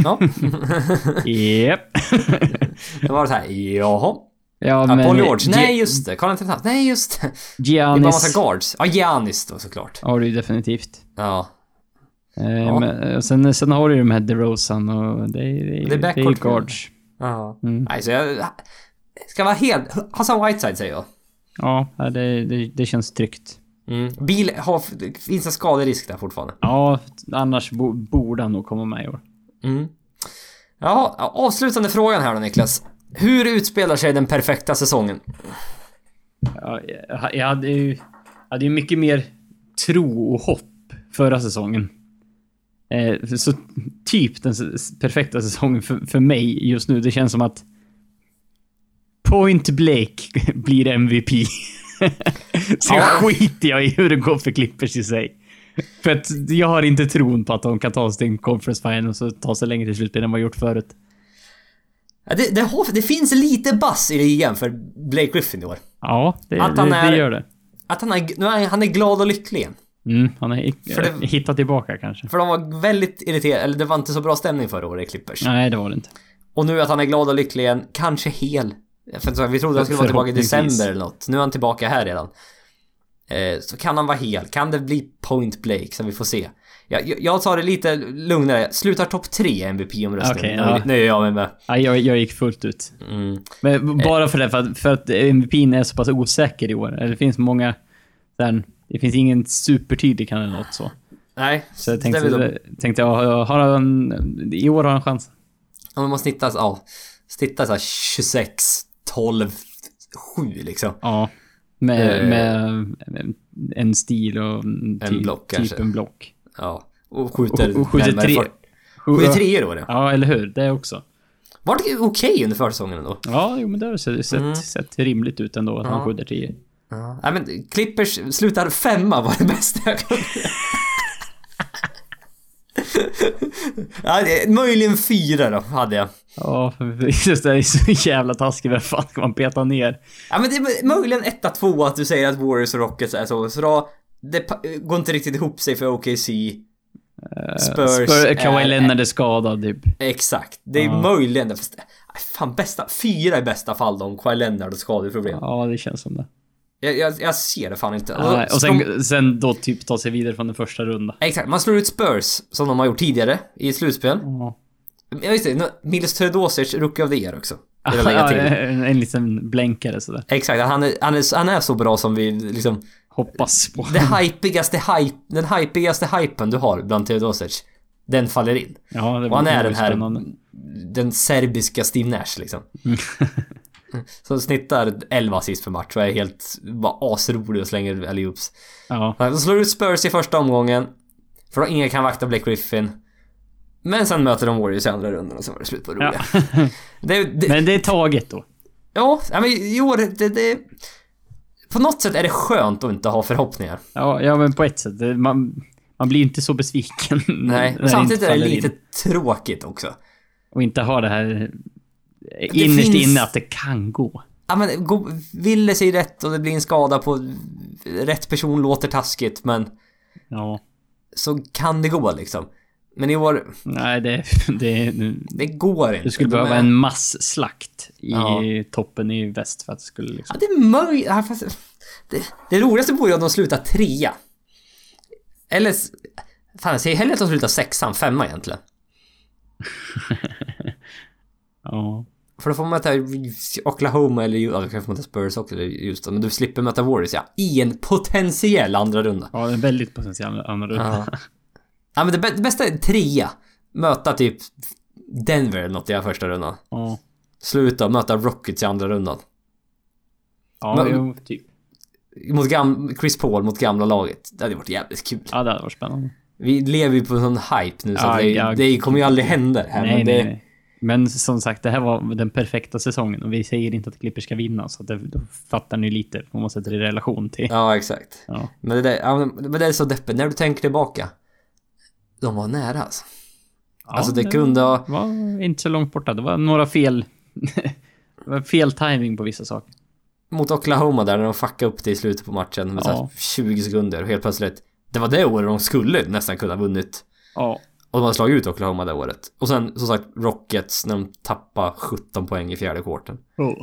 Japp. Det var så här, jaha. Ja, men Paul George, nej just det. Karl Anthony Towns, nej just det. Giannis. Det är bara massa guards. Ja, Giannis då såklart. Ja, det är definitivt. Ja. Men, sen har du ju de här DeRozan och det är guards. Ja. Nej, så jag ska vara helt Hassan Whiteside säger jag. Ja, det känns tryggt. Bil finns en skaderisk där fortfarande. Ja, annars borde han nog komma med i år. Ja, avslutande frågan här då, Niklas. Hur utspelar sig den perfekta säsongen? Ja, jag hade ju mycket mer tro och hopp förra säsongen. Så typ den perfekta säsongen för mig just nu, det känns som att Point Blake blir MVP. Så skiter jag i hur det går för Clippers i sig. För att jag har inte tron på att de kan ta sig till en conference finals och ta sig längre till slutspel än vad gjort förut. Ja, det finns lite buzz i ligan för Blake Griffin i år. Ja, det gör det. Att han är glad och lycklig igen. Han har hittat tillbaka kanske. För de var väldigt irriterade, eller det var inte så bra stämning förra året i Clippers. Nej, det var det inte. Och nu att han är glad och lycklig igen, kanske hel. För vi trodde att han skulle vara tillbaka i december eller något. Nu är han tillbaka här redan. Så kan han vara hel. Kan det bli Point Blake, så vi får se. Jag tar det lite lugnare. Slutar topp 3 MVP-omröstningen. Okay, nu är jag med. Ja, jag gick fullt ut. Men bara för att MVP:n är så pass osäker i år. Eller det finns många där, det finns ingen supertydlig kandidat så. Nej. Så jag tänkte har han i år har han chans. Ja, man måste snitta så här 26, 12, 7 liksom. Ja. Med en stil och en block typ kanske. en block. Ja. Och skjuter och skjuter 3 år. Ja, eller hur? Det också. Var det okej under försäsongen ändå? Ja, jo, men det har sett rimligt ut ändå att han skjuter 10. Ja. Nej, men Clippers slutar 5 var det bästa jag kunde. Ja, möjligen 4 då hade jag. Ja, just det är så jävla taskigt. Vad fan ska man peta ner? Ja, men det är möjligen 1-2 att du säger att Warriors och Rockets är så då, det går inte riktigt ihop sig för OKC. Spurs Kawhi Leonard är skadad typ. Exakt. Det är möjligen det. Fan, 4 i bästa fall då, om Kawhi Leonard och skadeproblem. Ja, det känns som det. Jag ser det fan inte. Och sen då typ ta sig vidare från den första rundan. Exakt, man slår ut Spurs som de har gjort tidigare i slutspel. Jag visste det, Milos Teodosic rookie of the year också. En liten blänkare sådär. Exakt, han är så bra som vi liksom hoppas på. Den hypigaste hypen du har bland Teodosic, den faller in. Ja, det och han är den här spännande. Den serbiska Steve Nash liksom. Så snittar 11 assist per match och är helt bara asrolig och slänger alley-oops. Ja. Så slår ut Spurs i första omgången för att ingen kan vakta Blake Griffin. Men sen möter de Warriors i andra rundan och så var det slut på det roliga. Men det är taget då. Ja, men jo, det på något sätt är det skönt att inte ha förhoppningar. Ja, men på ett sätt man blir inte så besviken. Nej, men samtidigt är det lite tråkigt också. Och inte ha det här innerst inne att det kan gå. Ja, men vill det sig rätt och det blir en skada på rätt person, låter taskigt, men så kan det gå liksom. Men i år... Nej, det går inte. Du skulle behöva en massslakt i toppen i väst för att det skulle liksom... Ja, det är möjligt. Det roligaste vore om de slutar 3. Eller... Fan, jag säger hellre att de slutar 6:an, 5 egentligen. Ja. För då får man möta Oklahoma eller kanske får möta Spurs också, just då, men du slipper möta Warriors i en potentiell andra runda. Ja, en väldigt potentiell andra runda. Ja, men det bästa är 3. Möta typ Denver eller något i första rundan. Ja. Sluta möta Rockets i andra rundan. Ja, typ. Mot Chris Paul mot gamla laget. Det hade varit jävligt kul. Ja, det hade varit spännande. Vi lever ju på en sån hype nu så att det kommer ju aldrig hända här. Nej. Men som sagt, det här var den perfekta säsongen och vi säger inte att Clippers ska vinna, så att då fattar ni lite om man sätter det i relation till. Ja, exakt. Ja. Men det är så deppigt. När du tänker tillbaka, de var nära alltså. Ja, alltså det kunde ha... var inte så långt borta. Det var några fel timing på vissa saker. Mot Oklahoma där när de fuckade upp det i slutet på matchen med så 20 sekunder och helt plötsligt, det var det året de skulle nästan kunna ha vunnit. Ja. Och de hade slagit ut Oklahoma det året. Och sen, som sagt, Rockets när de tappade 17 poäng i fjärde kvarten.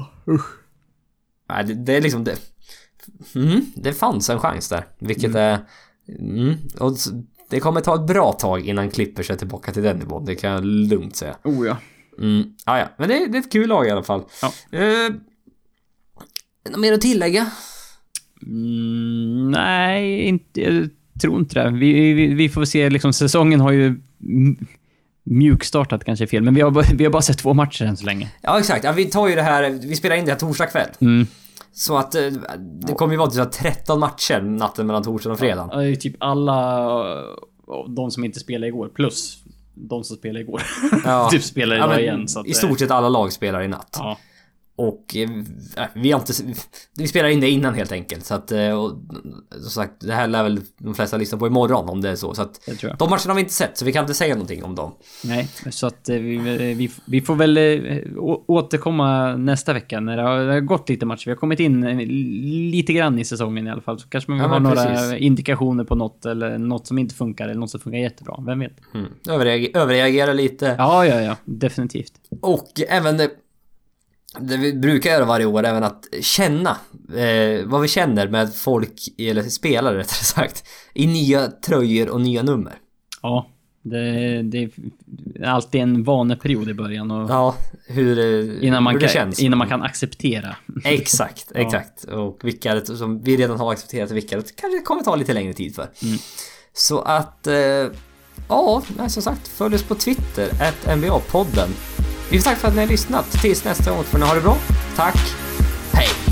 Nej, det är liksom det. Det fanns en chans där. Vilket är... och det kommer ta ett bra tag innan Clippers är tillbaka till den nivån. Det kan jag lugnt säga. Ja. Ja. Men det är ett kul lag i alla fall. Ja. Något mer att tillägga? Nej, inte... Jag tror inte det. Vi får se, liksom, säsongen har ju mjukstartat kanske fel, men vi har bara sett 2 matcher än så länge. Ja, exakt. Ja, vi tar ju det här, vi spelar in det här torsdag kväll. Så att det kommer ju vara typ 13 matcher natten mellan torsdag och fredag. Ja, det är typ alla de som inte spelade igår plus de som spelade igår. Ja. Typ spelar idag igen. Så att i stort sett alla lag spelar i natt. Ja. Och vi spelar in det innan helt enkelt. Så att som sagt, det här lär väl de flesta lyssna på imorgon om det är så. Så att de matcherna har vi inte sett, så vi kan inte säga någonting om dem. Nej, så att vi får väl återkomma nästa vecka när det har gått lite matcher. Vi har kommit in lite grann i säsongen i alla fall. Så kanske man har några indikationer på något eller något som inte funkar eller något som funkar jättebra. Vem vet? Överreagera lite. Ja, definitivt. Och även det vi brukar göra varje år, även att känna vad vi känner med folk, eller spelare rättare sagt, i nya tröjor och nya nummer. Ja, det är alltid en vaneperiod i början. Och hur det känns. Innan man kan acceptera. Exakt. Och vilka som vi redan har accepterat, vilka det kanske kommer ta lite längre tid för. Så att, som sagt, följ oss på Twitter, @NBA-podden. Vi får tack för att ni har lyssnat. Tills nästa gång får ni ha det bra. Tack. Hej.